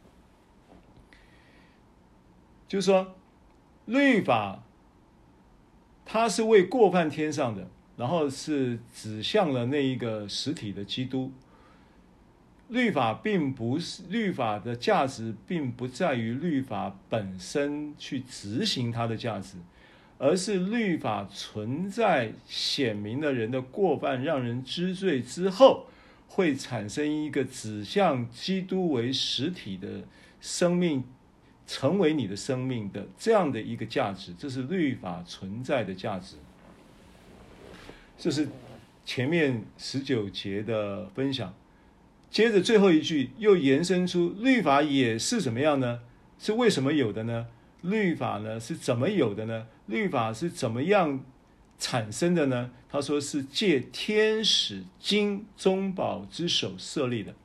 就是说律法它是为过犯添上的，然后是指向了那一个实体的基督。律法的价值并不在于律法本身去执行它的价值，而是律法存在显明了人的过犯，让人知罪之后，会产生一个指向基督为实体的生命，成为你的生命的这样的一个价值，这是律法存在的价值。这是前面19节的分享，接着最后一句又延伸出律法也是怎么样呢？是为什么有的呢？律法呢是怎么有的呢？律法是怎么样产生的呢？他说是借天使经中保之手设立的。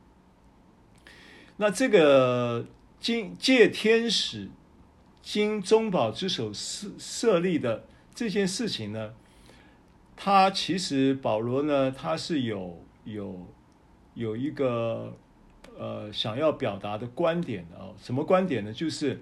那这个借天使经中保之手设立的这件事情呢，他其实保罗呢，他是有一个想要表达的观点的哦。什么观点呢？就是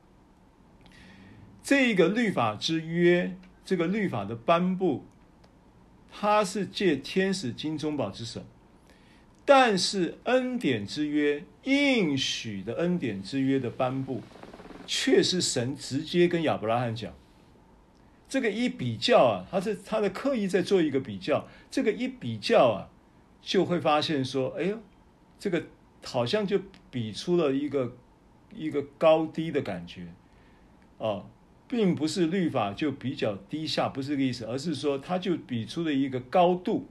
这个律法之约，这个律法的颁布，它是借天使经中保之手，但是恩典之约，应许的恩典之约的颁布，却是神直接跟亚伯拉罕讲。这个一比较啊，他的刻意在做一个比较，这个一比较啊，就会发现说，哎呦，这个好像就比出了一个高低的感觉哦，并不是律法就比较低下，不是这个意思，而是说它就比出了一个高度，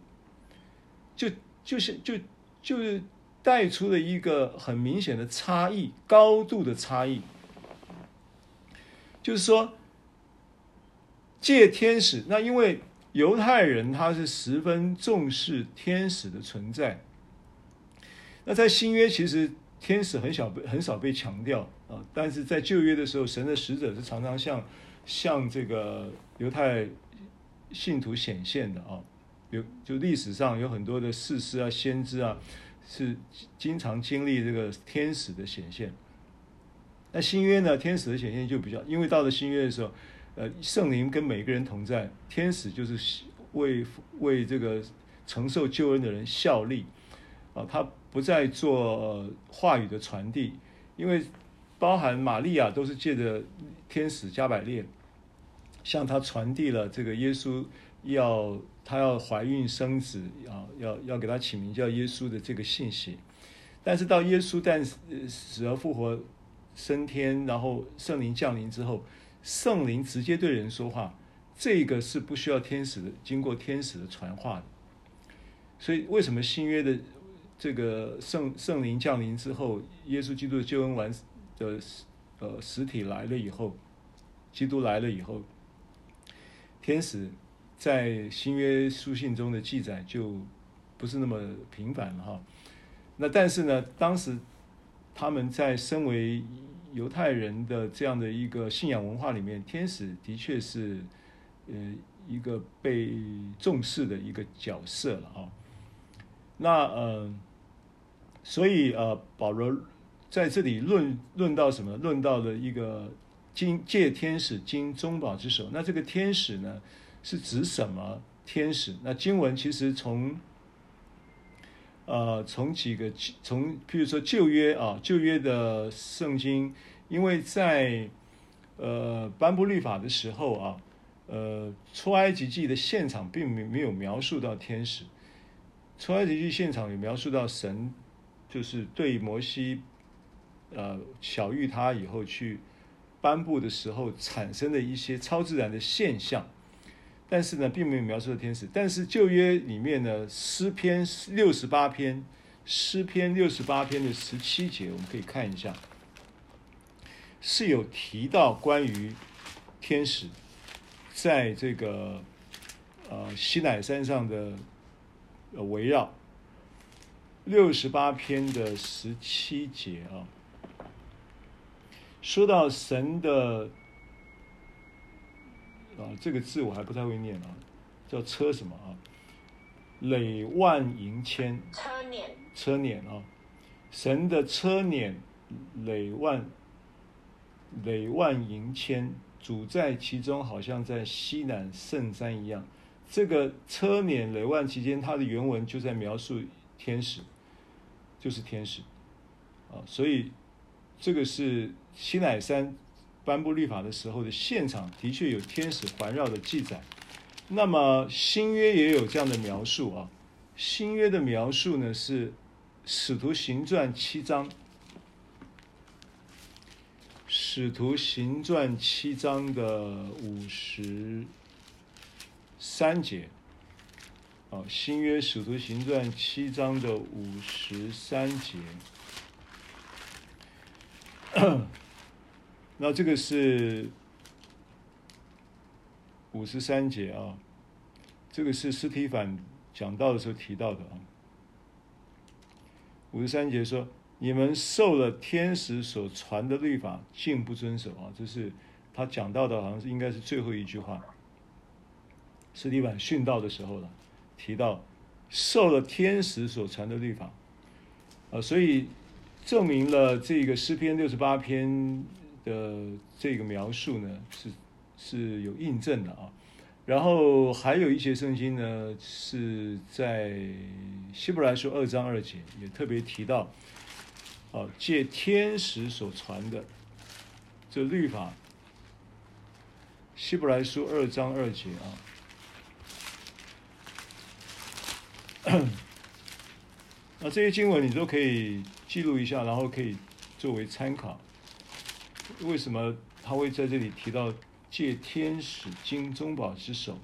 就是带出了一个很明显的差异，高度的差异。就是说，借天使，那因为犹太人他是十分重视天使的存在，那在新约其实天使很少被强调啊，但是在旧约的时候，神的使者是常常向这个犹太信徒显现的啊。就历史上有很多的士师啊、先知啊，是经常经历这个天使的显现。那新约呢，天使的显现就比较，因为到了新约的时候，圣灵跟每个人同在，天使就是为这个承受救恩的人效力啊，他不再做话语的传递，因为包含玛利亚都是借着天使加百列向他传递了这个耶稣她要怀孕生子啊，要给他起名叫耶稣的这个信息。但是到耶稣死而复活升天，然后圣灵降临之后，圣灵直接对人说话，这个是不需要天使的，经过天使的传话的。所以为什么新约的这个圣灵降临之后，耶稣基督的救恩完的实体来了以后，基督来了以后，天使在新约书信中的记载就不是那么频繁了哈。那但是呢，当时他们在身为犹太人的这样的一个信仰文化里面，天使的确是一个被重视的一个角色了啊。那所以保罗在这里论到什么？论到了一个借天使经中保之手。那这个天使呢，是指什么天使？那经文其实从譬如说旧约的圣经，因为在颁布律法的时候啊，出埃及记的现场并没有描述到天使，出埃及记现场有描述到神就是对摩西晓谕他以后去颁布的时候产生的一些超自然的现象，但是呢，并没有描述到天使。但是旧约里面呢，诗篇68篇的17节，我们可以看一下，是有提到关于天使在这个西乃山上的围绕。68篇的17节啊，说到神的这个字我还不太会念啊，叫车什么啊？累万营千，车辇啊，神的车辇累万营千，主在其中，好像在西南圣山一样。这个车辇累万期间，它的原文就在描述天使，就是天使啊，所以这个是西乃山颁布律法的时候的现场，的确有天使环绕的记载。那么新约也有这样的描述啊，新约的描述呢是使徒行传7章，使徒行传7章的53节新约使徒行传7章的53节。那这个是53节啊，这个是司提反讲道的时候提到的啊。53节说：“你们受了天使所传的律法，竟不遵守啊！”这是他讲到的，好像是应该是最后一句话。司提反殉道的时候了，提到受了天使所传的律法，所以证明了这个诗篇68篇的这个描述呢，是有印证的啊。然后还有一节圣经呢，是在希伯来书2章2节也特别提到，借天使所传的这律法。希伯来书2章2节啊，那这些经文你都可以记录一下，然后可以作为参考。为什么他会在这里提到借天使经中保之手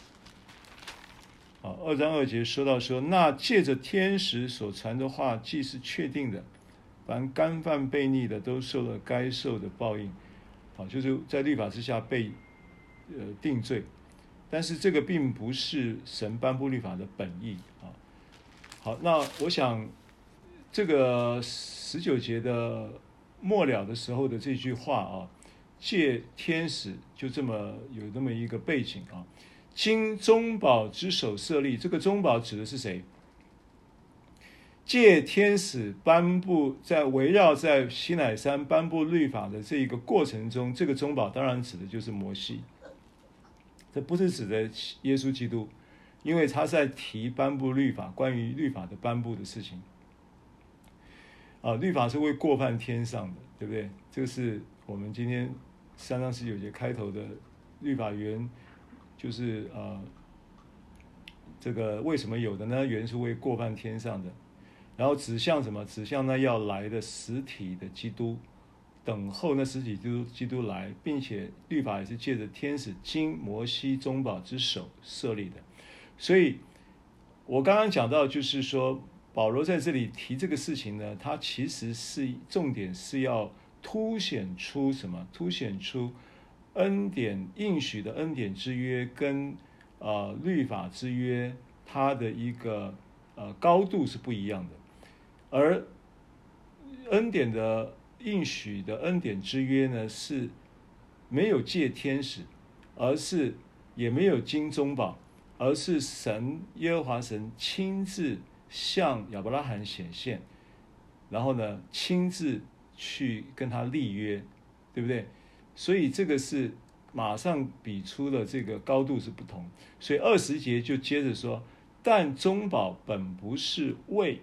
？2章2节说到说，那借着天使所传的话，既是确定的，凡干犯悖逆的，都受了该受的报应。就是在律法之下被定罪，但是这个并不是神颁布律法的本意啊。好，那我想这个19节的末了的时候的这句话啊，借天使就这么有这么一个背景啊。经中保之手设立，这个中保指的是谁？借天使颁布，在围绕在西乃山颁布律法的这一个过程中，这个中保当然指的就是摩西，这不是指的耶稣基督，因为他在提颁布律法，关于律法的颁布的事情。律法是为过犯天上的，对不对？这个是我们今天3章19节开头的律法原，就是这个为什么有的呢？原是为过犯天上的，然后指向什么？指向那要来的实体的基督，等候那实体基督来，并且律法也是借着天使经摩西中保之手设立的。所以我刚刚讲到，就是说保罗在这里提这个事情呢，他其实是重点是要凸显出什么？凸显出恩典应许的恩典之约跟律法之约，它的一个高度是不一样的。而恩典的应许的恩典之约呢，是没有借天使，而是也没有经中保，而是神耶和华神亲自向亚伯拉罕显现，然后呢亲自去跟他立约，对不对？所以这个是马上比出了这个高度是不同。所以20节就接着说，但中保本不是为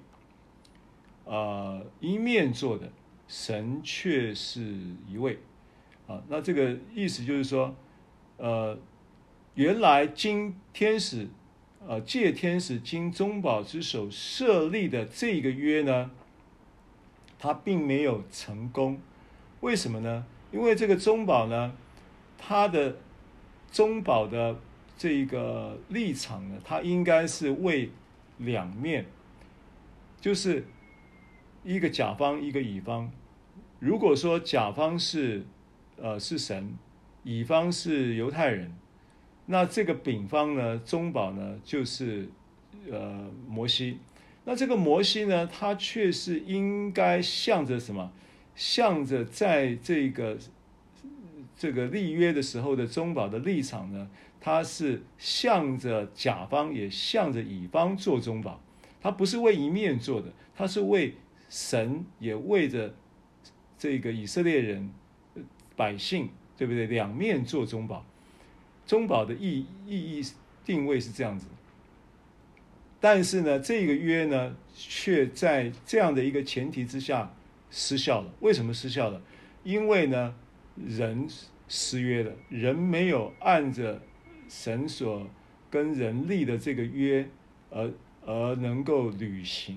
一面做的，神却是一位那这个意思就是说原来经天使借天使经中保之手设立的这个约呢，它并没有成功。为什么呢？因为这个中保呢，它的中保的这个立场呢，它应该是为两面，就是一个甲方一个乙方。如果说甲方是神，乙方是犹太人，那这个丙方呢，中保呢就是摩西。那这个摩西呢，他却是应该向着什么？向着在这个立约的时候的中保的立场呢，他是向着甲方也向着乙方做中保，他不是为一面做的，他是为神也为着这个以色列人百姓，对不对？两面做中保。中保的意义定位是这样子，但是呢，这个约呢，却在这样的一个前提之下失效了。为什么失效了？因为呢，人失约了，人没有按着神所跟人立的这个约而能够履行。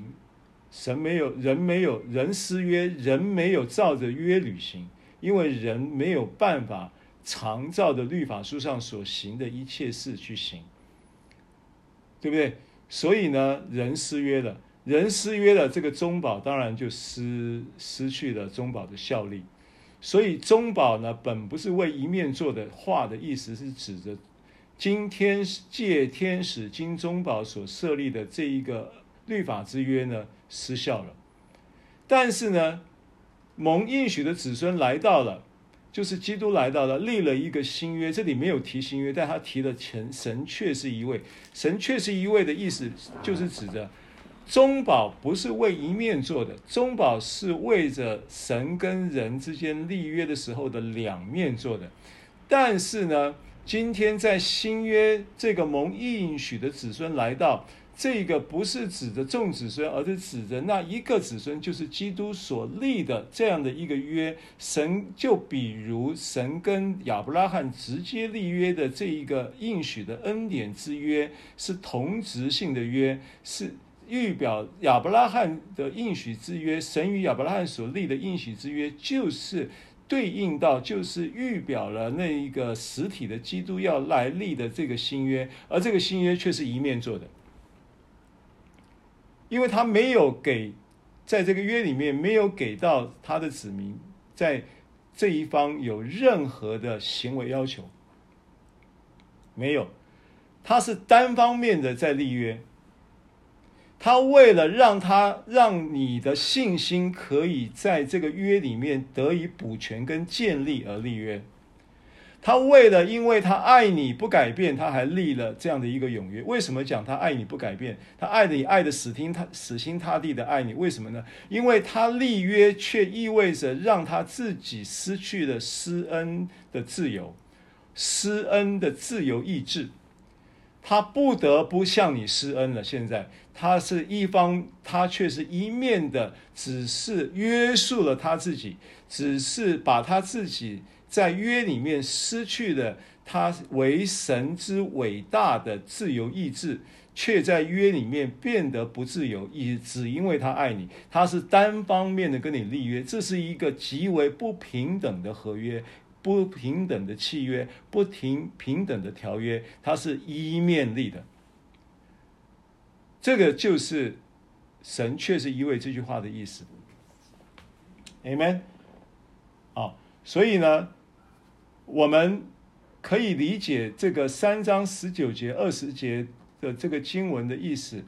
人失约，人没有照着约履行，因为人没有办法常照着律法书上所行的一切事去行，对不对？ 所以呢，人失约了，人失约了，这个中保当然就失去了中保的效力。所以中保呢，本不是为一面做的话的意思，是指着今天借天使经中保所设立的这一个律法之约呢失效了。但是呢，蒙应许的子孙来到了，就是基督来到了，立了一个新约。这里没有提新约，但他提了神确是一位，神确是一位的意思，就是指着中保不是为一面做的，中保是为着神跟人之间立约的时候的两面做的。但是呢，今天在新约这个蒙应许的子孙来到，这个不是指着众子孙，而是指着那一个子孙，就是基督所立的这样的一个约。神就比如神跟亚伯拉罕直接立约的这一个应许的恩典之约，是同质性的约，是预表亚伯拉罕的应许之约。神与亚伯拉罕所立的应许之约，就是对应到，就是预表了那一个实体的基督要来立的这个新约，而这个新约却是一面做的。因为他没有给，在这个约里面没有给到他的子民在这一方有任何的行为要求，没有，他是单方面的在立约。他为了让你的信心可以在这个约里面得以补全跟建立而立约。他为了，因为他爱你不改变，他还立了这样的一个永约。为什么讲他爱你不改变？他爱你爱的死心塌地的爱你，为什么呢？因为他立约却意味着让他自己失去了施恩的自由，施恩的自由意志。他不得不向你施恩了。现在他是一方，他却是一面的，只是约束了他自己，只是把他自己在约里面失去了他为神之伟大的自由意志，却在约里面变得不自由，只因为他爱你。他是单方面的跟你立约，这是一个极为不平等的合约，不平等的契约，不平等的条约，它是一面立的。这个就是神确是一位这句话的意思。 Amen。 所以呢，我们可以理解这个3章19节20节的这个经文的意思，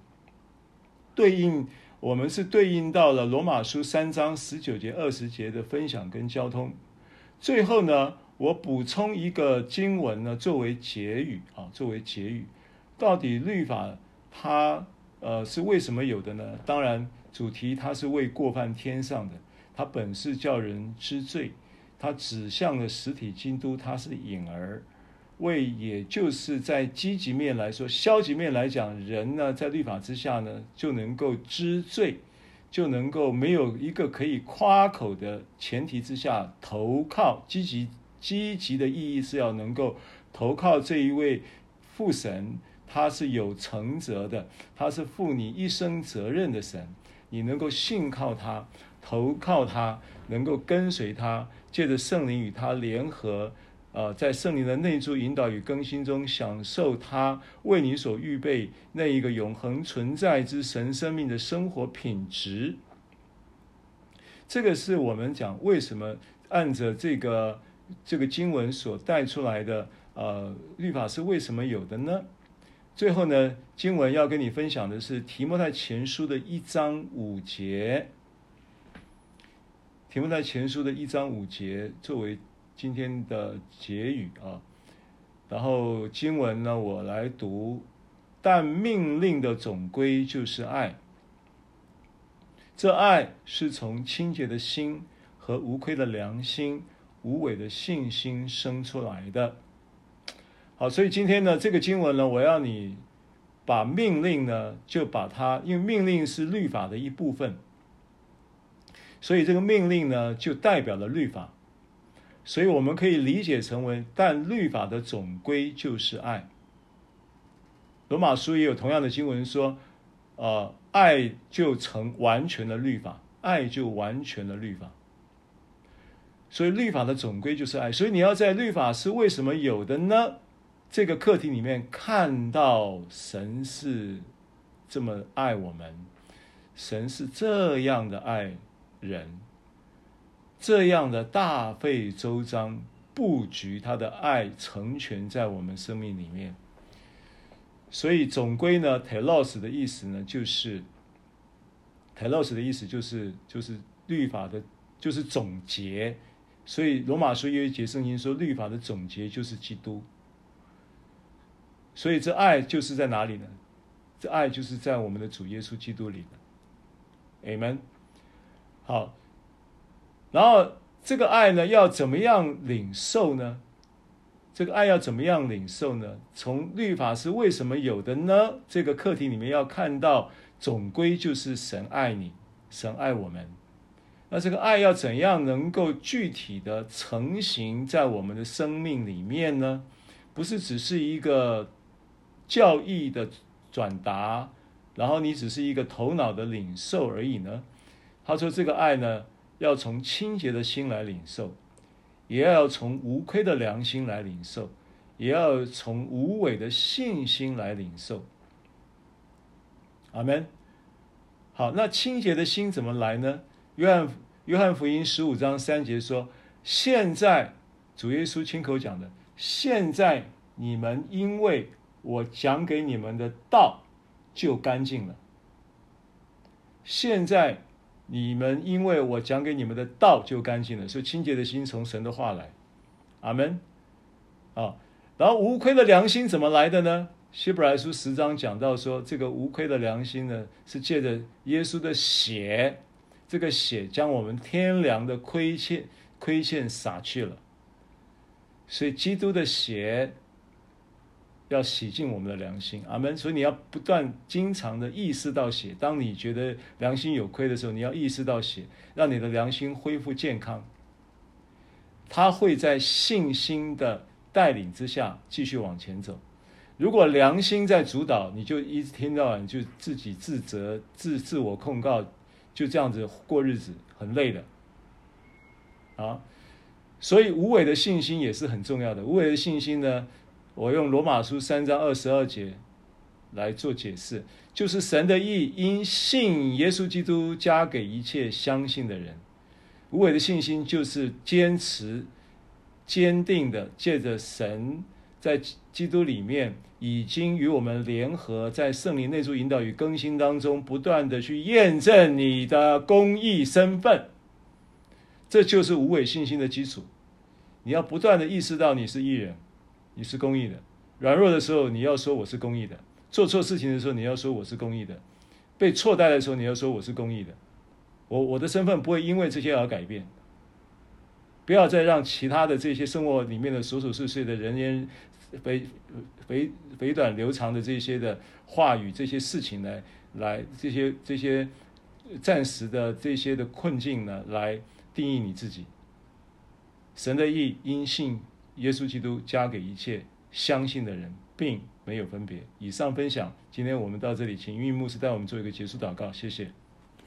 我们是对应到了罗马书3章19节20节的分享跟交通。最后呢，我补充一个经文呢，作为结语。到底律法它是为什么有的呢？当然主题它是为过犯添上的，它本是叫人知罪，它指向了实体基督，它是影儿。也就是在积极面来说，消极面来讲，人呢在律法之下呢就能够知罪，就能够没有一个可以夸口的前提之下投靠。积极的意义是要能够投靠这一位父神，他是有承责的，他是负你一生责任的神，你能够信靠他，投靠他，能够跟随他，借着圣灵与他联合，在圣灵的内住引导与更新中享受他为你所预备那一个永恒存在之神生命的生活品质。这个是我们讲为什么按着这个经文所带出来的律法是为什么有的呢？最后呢，经文要跟你分享的是提摩太前书的1章5节。提摩太前书的1章5节作为今天的结语然后经文呢，我来读：但命令的总归就是爱，这爱是从清洁的心和无亏的良心、无伪的信心生出来的。好，所以今天呢，这个经文呢，我要你把命令呢，就把它，因为命令是律法的一部分，所以这个命令呢，就代表了律法。所以我们可以理解成为，但律法的总归就是爱。罗马书也有同样的经文说，爱就成完全的律法，爱就完全了律法。所以律法的总归就是爱。所以你要在律法是为什么有的呢？这个课题里面看到神是这么爱我们，神是这样的爱人，这样的大费周章布局他的爱成全在我们生命里面。所以总归呢 telos 的意思呢，就是 telos 的意思就是律法的，就是总结。所以罗马书有一节圣经说，律法的总结就是基督。所以这爱就是在哪里呢？这爱就是在我们的主耶稣基督里的。Amen。好，然后这个爱呢，要怎么样领受呢？这个爱要怎么样领受呢？从律法是为什么有的呢？这个课题里面要看到，总归就是神爱你，神爱我们。那这个爱要怎样能够具体的成型在我们的生命里面呢？不是只是一个教义的转达，然后你只是一个头脑的领受而已呢？他说这个爱呢，要从清洁的心来领受，也要从无亏的良心来领受，也要从无伪的信心来领受。阿们。好，那清洁的心怎么来呢？约翰福音15章3节说，现在主耶稣亲口讲的，现在你们因为我讲给你们的道就干净了。现在你们因为我讲给你们的道就干净了，所以清洁的心从神的话来。阿们。然后无亏的良心怎么来的呢？希伯来书10章讲到说，这个无亏的良心呢，是借着耶稣的血，这个血将我们天良的亏欠洒去了。所以基督的血要洗净我们的良心。阿们。所以你要不断经常的意识到血，当你觉得良心有亏的时候，你要意识到血，让你的良心恢复健康。他会在信心的带领之下继续往前走。如果良心在主导，你就一天到晚就自己自责、自我控告，就这样子过日子，很累的所以无伪的信心也是很重要的。无伪的信心呢，我用罗马书3章22节来做解释，就是神的义因信耶稣基督加给一切相信的人。无伪的信心就是坚持坚定的借着神在基督里面已经与我们联合，在圣灵内住引导与更新当中不断的去验证你的公义身份，这就是无伪信心的基础。你要不断的意识到你是义人，你是公义的，软弱的时候你要说我是公义的，做错事情的时候你要说我是公义的，被错待的时候你要说我是公义的。我的身份不会因为这些而改变。不要再让其他的这些生活里面的琐琐碎碎的人言肥短流长的这些的话语，这些事情来这些暂时的这些的困境呢，来定义你自己。神的义因信耶稣基督加给一切相信的人，并没有分别。以上分享，今天我们到这里，请玉牧师带我们做一个结束祷告，谢谢。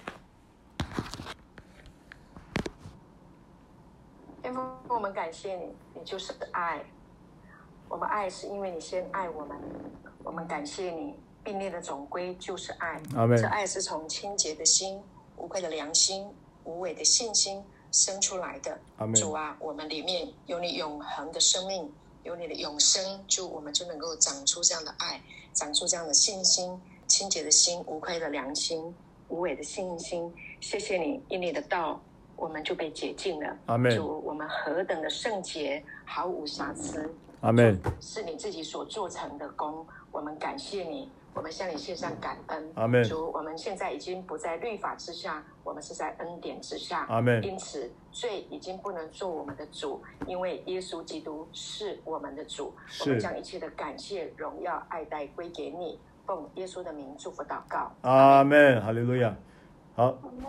天父，我们感谢你，你就是爱。我们爱是因为你先爱我们，我们感谢你，并列的总归就是爱。这爱是从清洁的心、无愧的良心、无伪的信心生出来的。主啊，我们里面有你永恒的生命，有你的永生，主，我们就能够长出这样的爱，长出这样的信心、清洁的心、无愧的良心、无伪的信心。谢谢你，因你的道我们就被洁净了。主，我们何等的圣洁，毫无瑕疵。 阿们。 是你自己所做成的功，我们感谢你，我们向你献上感恩。 阿们。 主，我们现在已经不在律法之下，我们是在恩典之下。 阿们。 因此罪已经不能做我们的主，因为耶稣基督是我们的主。我们将一切的感谢、荣耀、爱戴归给你，奉耶稣的名祝福祷告。 阿们。哈利路亚。好。